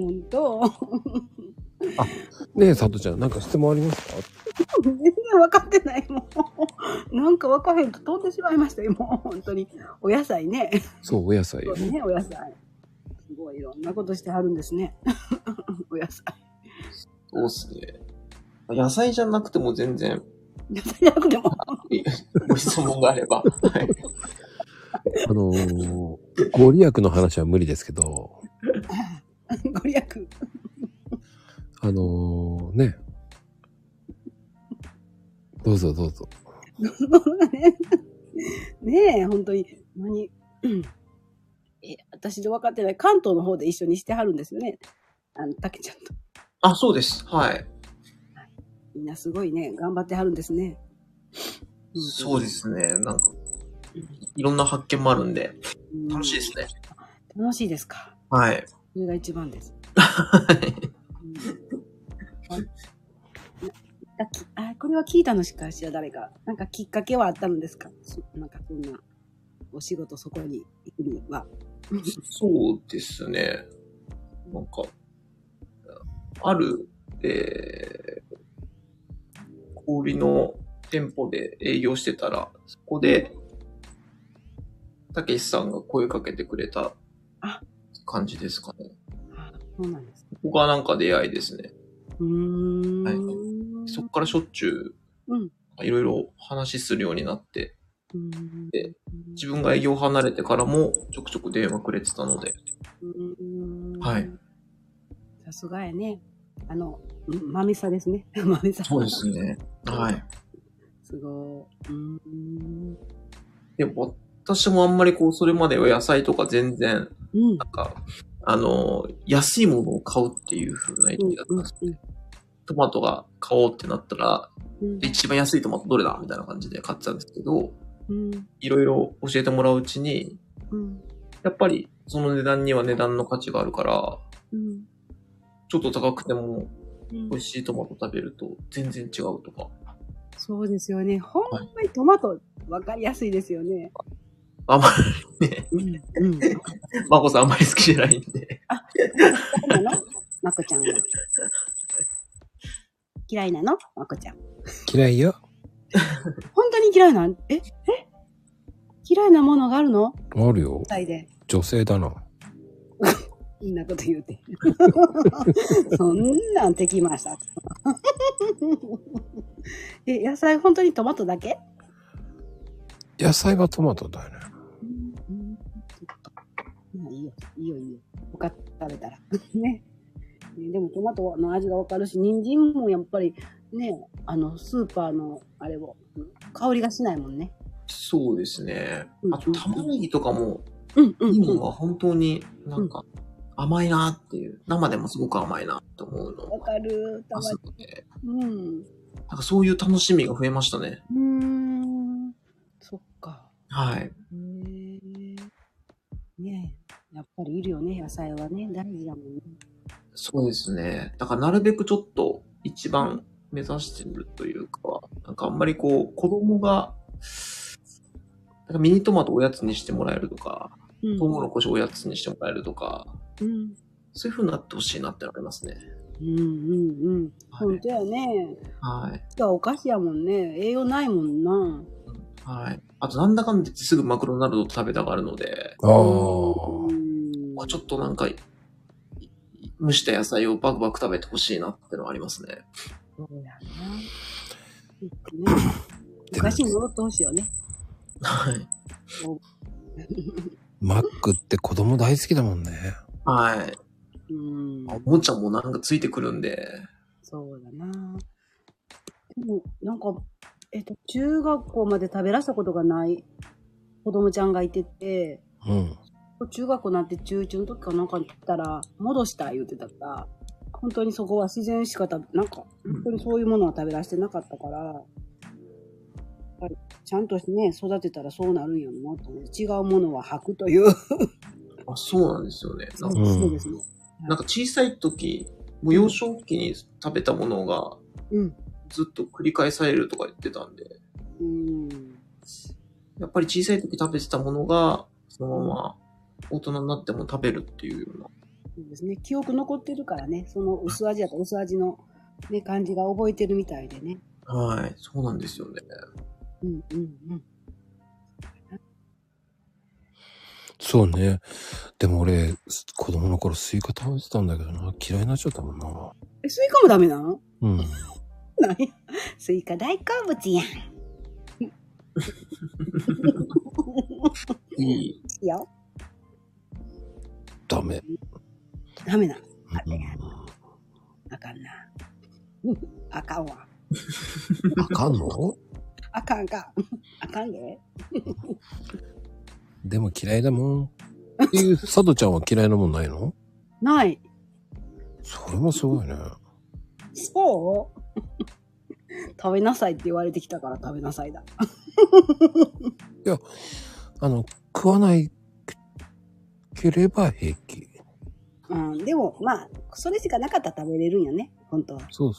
ねえ、さとちゃん、なんか質問ありますか？ 全然分かってないもん。なんか分かへんと飛んでしまいましたよ、もう本当に。お野菜ね。 そう、お野菜。 そうね、お野菜。すごいいろんなことしてはるんですね。お野菜。 そうっすね。野菜じゃなくても全然。 野菜じゃなくても。 ご質問があれば。はい。 ご利益の話は無理ですけど。 ご利益。 ね。どうぞどうぞ。 ねえ、本当に。私で分かってない。関東の方で一緒にしてはるんですよね。たけちゃんと。 あ、そうです。はい。 みんなすごいね、頑張ってはるんですね。 そうですね。なんか、いろんな発見もあるんで、楽しいですね。 楽しいですか。 はい。 それが一番です。これは聞いたのしかしら誰か。なんかきっかけはあったのですか？なんかそんなお仕事そこに行くには。 そうですね。なんか、ある、小売の店舗で営業してたら、そこで、たけしさんが声かけてくれた感じですかね。 そうなんです。 ここがなんか出会いですね。 はい、 そこからしょっちゅう、いろいろ話するようになって、で、自分が営業離れてからもちょくちょく電話くれてたので、はい。 さすがやね。まめさですね。まめさ。 そうですね。はい。 すごい。でも私もあんまりそれまでは野菜とか全然、なんか、安いものを買うっていう風な意味だったんですね。トマトが買おうってなったら、一番安いトマトどれだみたいな感じで買ってたんですけど、いろいろ教えてもらううちに、やっぱりその値段には値段の価値があるから、ちょっと高くても美味しいトマト食べると全然違うとか。 そうですよね。ほんまにトマト分かりやすいですよね。 あんまりね。 うん。 まこさんあんまり好きじゃないんで。 あ、嫌いなのまこちゃんは。嫌いなのまこちゃん。 嫌いよ。 本当に嫌いなん嫌いなものがあるのあるよ。女性だな。 いいなこと言うて。そんなん敵ました。野菜本当にトマトだけ？ 野菜はトマトだよね。 いいよ。他食べたら。ね。でもトマトの味がわかるし、人参もやっぱりね、スーパーのあれを、香りがしないもんね。 そうですね。あと玉ねぎとかも、 今は本当になんか甘いなっていう、生でもすごく甘いなと思うの。 わかる。 なんかそういう楽しみが増えましたね。 そっか。 はい。 ねえ、やっぱりいるよね、野菜はね、大事だもんね。 そうですね。だからなるべくちょっと一番目指してるというか、なんかあんまりこう、子供が、なんかミニトマトおやつにしてもらえるとか、トウモロコシおやつにしてもらえるとか、そういう風になってほしいなってなりますね。 本当やね。 はい。 お菓子やもんね。栄養ないもんな。 はい。あとなんだかんだ言ってすぐマクドナルド食べたがるので、ちょっとなんか、蒸した野菜をバクバク食べてほしいなってのはありますね。 そうやな。お菓子に戻ってほしいよね。 はい。 マックって子供大好きだもんね。 はい。おもちゃもなんかついてくるんで。 そうだな。でも、なんか、中学校まで食べらせたことがない子供ちゃんがいてて、中学校になって中1の時かなんかに来たら、戻したい言ってたから、本当にそこは自然しかなんか、本当にそういうものは食べらせてなかったから、ちゃんとね、育てたらそうなるんやろなと思って、違うものは吐くという。 あ、そうなんですよね。 そうですね。 なんか小さい時、もう幼少期に食べたものが、ずっと繰り返されるとか言ってたんで、やっぱり小さい時食べてたものが、そのまま大人になっても食べるっていうような。 そうですね。記憶残ってるからね、その薄味やったら薄味の、ね、感じが覚えてるみたいでね。 はい、そうなんですよね。 そうね。でも俺、子供の頃スイカ食べてたんだけどな。嫌いになっちゃったもんな。 スイカもダメなの？ 何スイカ大好物やん。 いいよ。 ダメ。 ダメな。あかんな。あかんわ。 あかんの？ あかんか。あかんで。 でも嫌いだもん。佐藤ちゃんは嫌いなもんないの？ ない。 それもすごいね。 そう食べなさいって言われてきたから食べなさいだ。 いや、食わないければ平気。 でも、まあ、それしかなかったら食べれるんよね、本当は。 そう。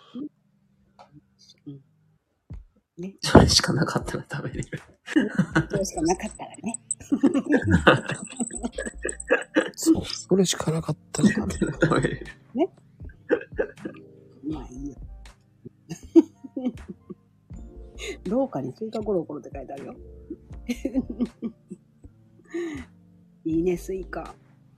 ね。それしかなかったら食べれる。 それしかなかったらね。 そう、それしかなかったら食べれる。 ね。まあいいよ。廊下にスイカコロコロって書いてあるよ。いいね、スイカ。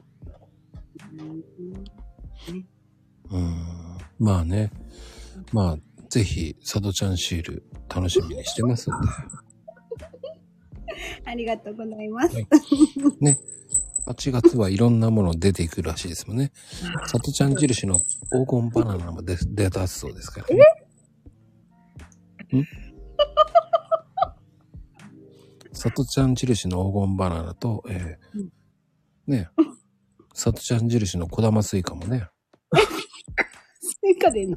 まあね。まあ、ぜひ、佐渡ちゃんシール、楽しみにしてますんで。 ありがとうございます。 ね。8月はいろんなもの出ていくらしいですもんね。佐渡ちゃん印の黄金バナナも出すそうですからね。佐渡ちゃん印の黄金バナナと、ね、佐渡ちゃん印の小玉スイカもね。 スイカでの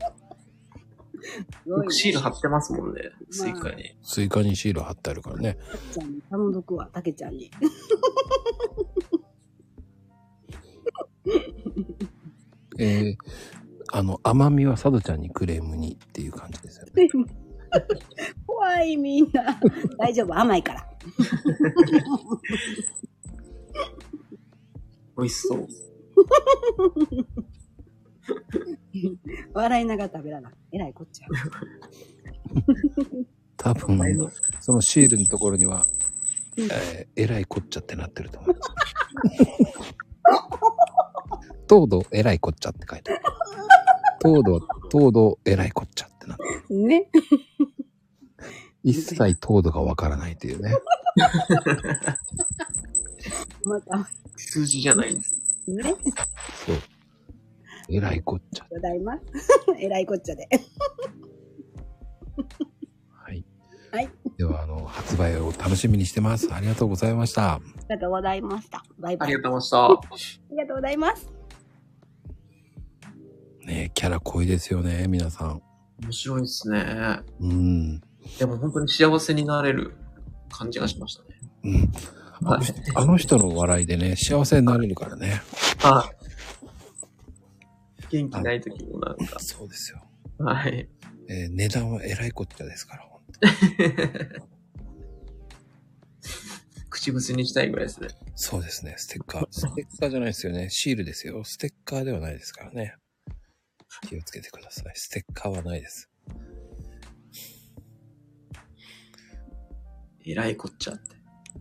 シール貼ってますもんね、スイカに。 スイカにシール貼ってあるからね。 たけちゃんに頼んどくわ、たけちゃんに。 甘みは佐渡ちゃんにクレームにっていう感じですよね。 怖いみんな。大丈夫、甘いから。 美味しそう。 笑いながら食べらな。えらいこっちゃ。 多分、そのシールのところには、えらいこっちゃってなってると思います。糖度えらいこっちゃって書いてある。糖度えらいこっちゃってなってる。 ね。 一切糖度がわからないというね。 また。 数字じゃないんです。 ね。 そう。えらいこっちゃ。 ございます。えらいこっちゃで。 はい。 はい。 では、発売を楽しみにしてます。ありがとうございました。 ありがとうございました。バイバイ。 ありがとうございました。 ありがとうございます。 ねえ、キャラ濃いですよね、皆さん。 面白いですね。 うん。 でも本当に幸せになれる感じがしましたね。 うん。あの人の笑いでね、幸せになれるからね。 はい。元気ない時もなんか。 そうですよ。 はい。 値段はえらいこっちゃですから、本当に。 口癖にしたいぐらいですね。 そうですね、ステッカー。ステッカーじゃないですよね。シールですよ。ステッカーではないですからね。気をつけてください。ステッカーはないです。 えらいこっちゃって。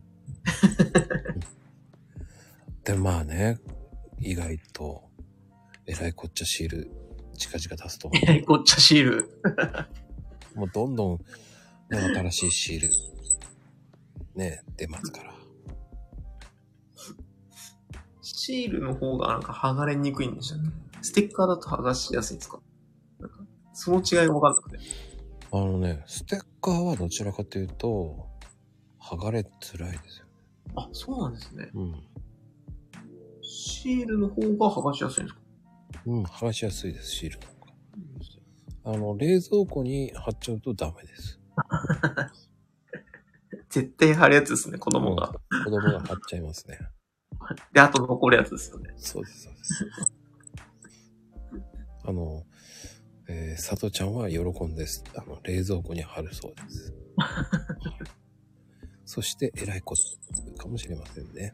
で、まあね、意外と、えらいこっちゃシール、近々出すと思う。 えらいこっちゃシール。 もうどんどん、ね、新しいシール、ね、出ますから。 シールの方がなんか剥がれにくいんでしたっけ？ステッカーだと剥がしやすいんですか？なんかその違いがわかんなくて。 ステッカーはどちらかというと、剥がれづらいですよ。 あ、そうなんですね。 うん。 シールの方が剥がしやすいんですか？ うん、剥がしやすいです、シールの方が。冷蔵庫に貼っちゃうとダメです。 絶対貼るやつですね、子供が。 子供が貼っちゃいますね。 で、あと残るやつですよね。 そうです、そうです。佐藤ちゃんは喜んで、冷蔵庫に貼るそうです。そして、えらいことかもしれませんね。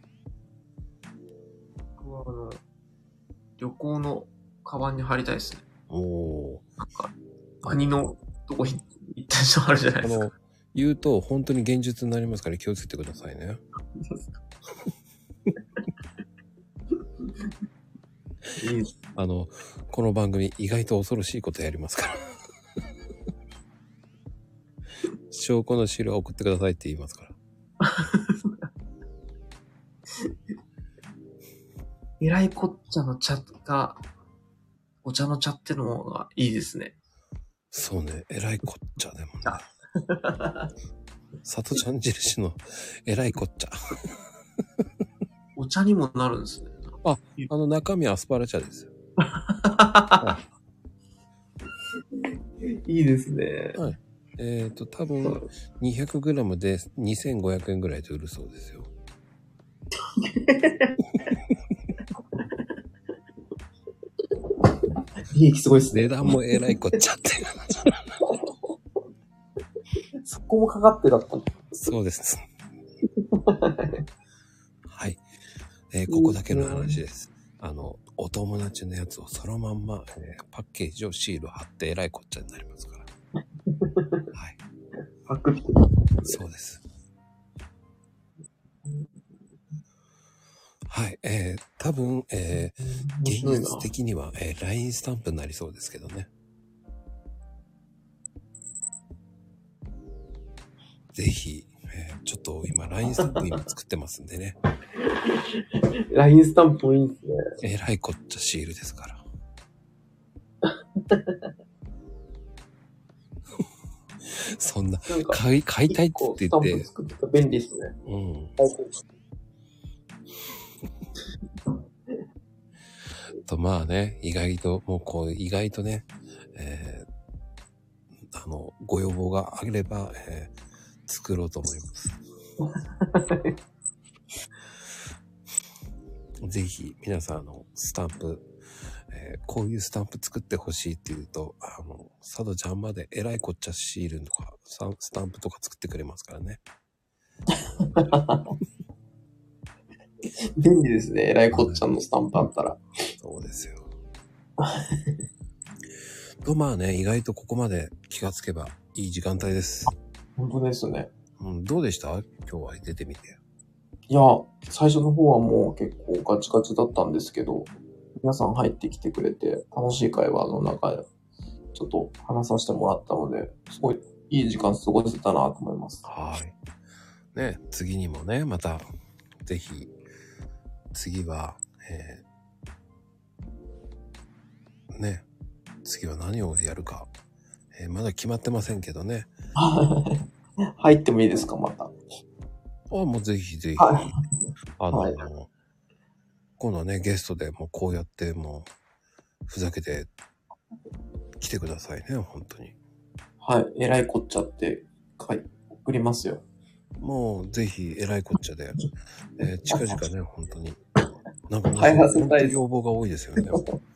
僕は旅行のカバンに貼りたいですね。 おー。 なんか、国のとこに行った人あるじゃないですか。 言うと、本当に現実になりますから気をつけてくださいね。この番組意外と恐ろしいことやりますから。証拠の資料を送ってくださいって言いますから。 えらいこっちゃの茶が、お茶の茶っての方がいいですね。 そうね、えらいこっちゃでもね。佐藤ちゃん印のえらいこっちゃ。 お茶にもなるんですね。 あ、中身はアスパラ茶ですよ。 いいですね。 はい。多分 200g で2500円ぐらいで売るそうですよ。 利益すごいですね。 値段もえらいこっちゃって。 そこもかかってだったの。 そうです。はい。ここだけの話です。お友達のやつをそのまんま、パッケージをシール貼ってえらいこっちゃになりますから。はい。 パックって。 そうです。はい。多分、現実的には、LINE スタンプになりそうですけどね。ぜひ、ちょっと今 LINE スタンプ今作ってますんでね。 LINE スタンプもいいですね。 えらいこっちゃシールですから。そんな、買いたいって言って。 スタンプ作ってた便利ですね。 うん。と、まあね、意外とね、ご要望があれば、作ろうと思います。ぜひ、皆さん、スタンプ、こういうスタンプ作ってほしいって言うと、佐渡ちゃんまでえらいこっちゃシールとか、スタンプとか作ってくれますからね。 便利ですね。えらいこっちゃんのスタンプあったら。 そうですよ。と、まあね、意外とここまで気がつけばいい時間帯です。 本当ですね。 うん、どうでした？今日は出てみて。 いや、最初の方はもう結構ガチガチだったんですけど、皆さん入ってきてくれて、楽しい会話の中で、ちょっと話させてもらったので、すごいいい時間過ごせたなと思います。 はい。ね、次にもね、また、ぜひ、次は、ね、次は何をやるか、まだ決まってませんけどね。 入ってもいいですか、また。 もうぜひぜひ。 はい、 はい、今度はね、ゲストでもうこうやってもう、ふざけて来てくださいね、本当に。 はい、えらいこっちゃって、送りますよ。 もうぜひ、えらいこっちゃで、近々ね、本当に。なんか、 本当に要望が多いですよね。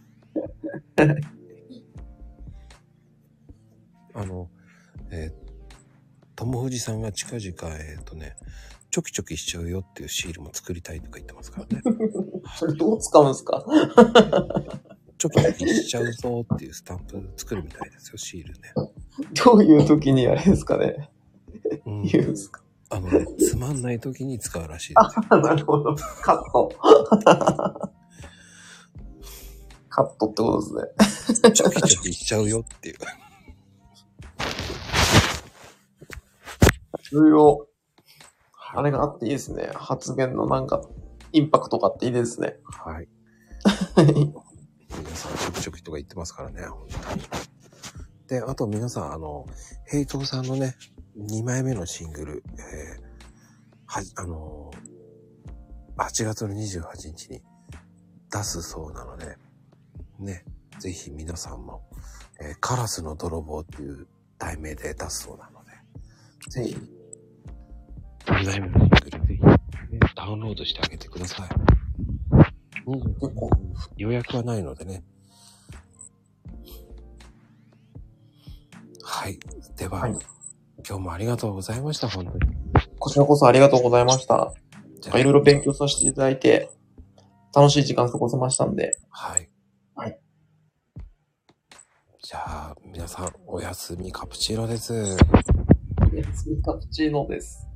友藤さんが近々、チョキチョキしちゃうよっていうシールも作りたいとか言ってますからね。 それどう使うんですか？ チョキチョキしちゃうぞっていうスタンプ作るみたいですよ、シールね。 どういう時にあれですかね。言うんですか？ つまんない時に使うらしいですよ。なるほど。カット。カットってことですね。 チョキチョキしちゃうよっていう。 いろいろ、あれがあっていいですね。発言のなんか、インパクトがあっていいですね。 はい。皆さん、チョキチョキとか言ってますからね、本当に。で、あと皆さん、ヘイトーさんのね、2枚目のシングル、8月の28日に出すそうなので、ね、ぜひ皆さんも、カラスの泥棒っていう題名で出すそうなので、ぜひ、2枚目のシングルぜひ、ね、ダウンロードしてあげてください。予約はないのでね。はい。では、今日もありがとうございました、本当に。 こちらこそありがとうございました。いろいろ勉強させていただいて、楽しい時間過ごせましたんで。 はい。 はい。 じゃあ、皆さん、おやすみカプチーノです。 おやすみカプチーノです。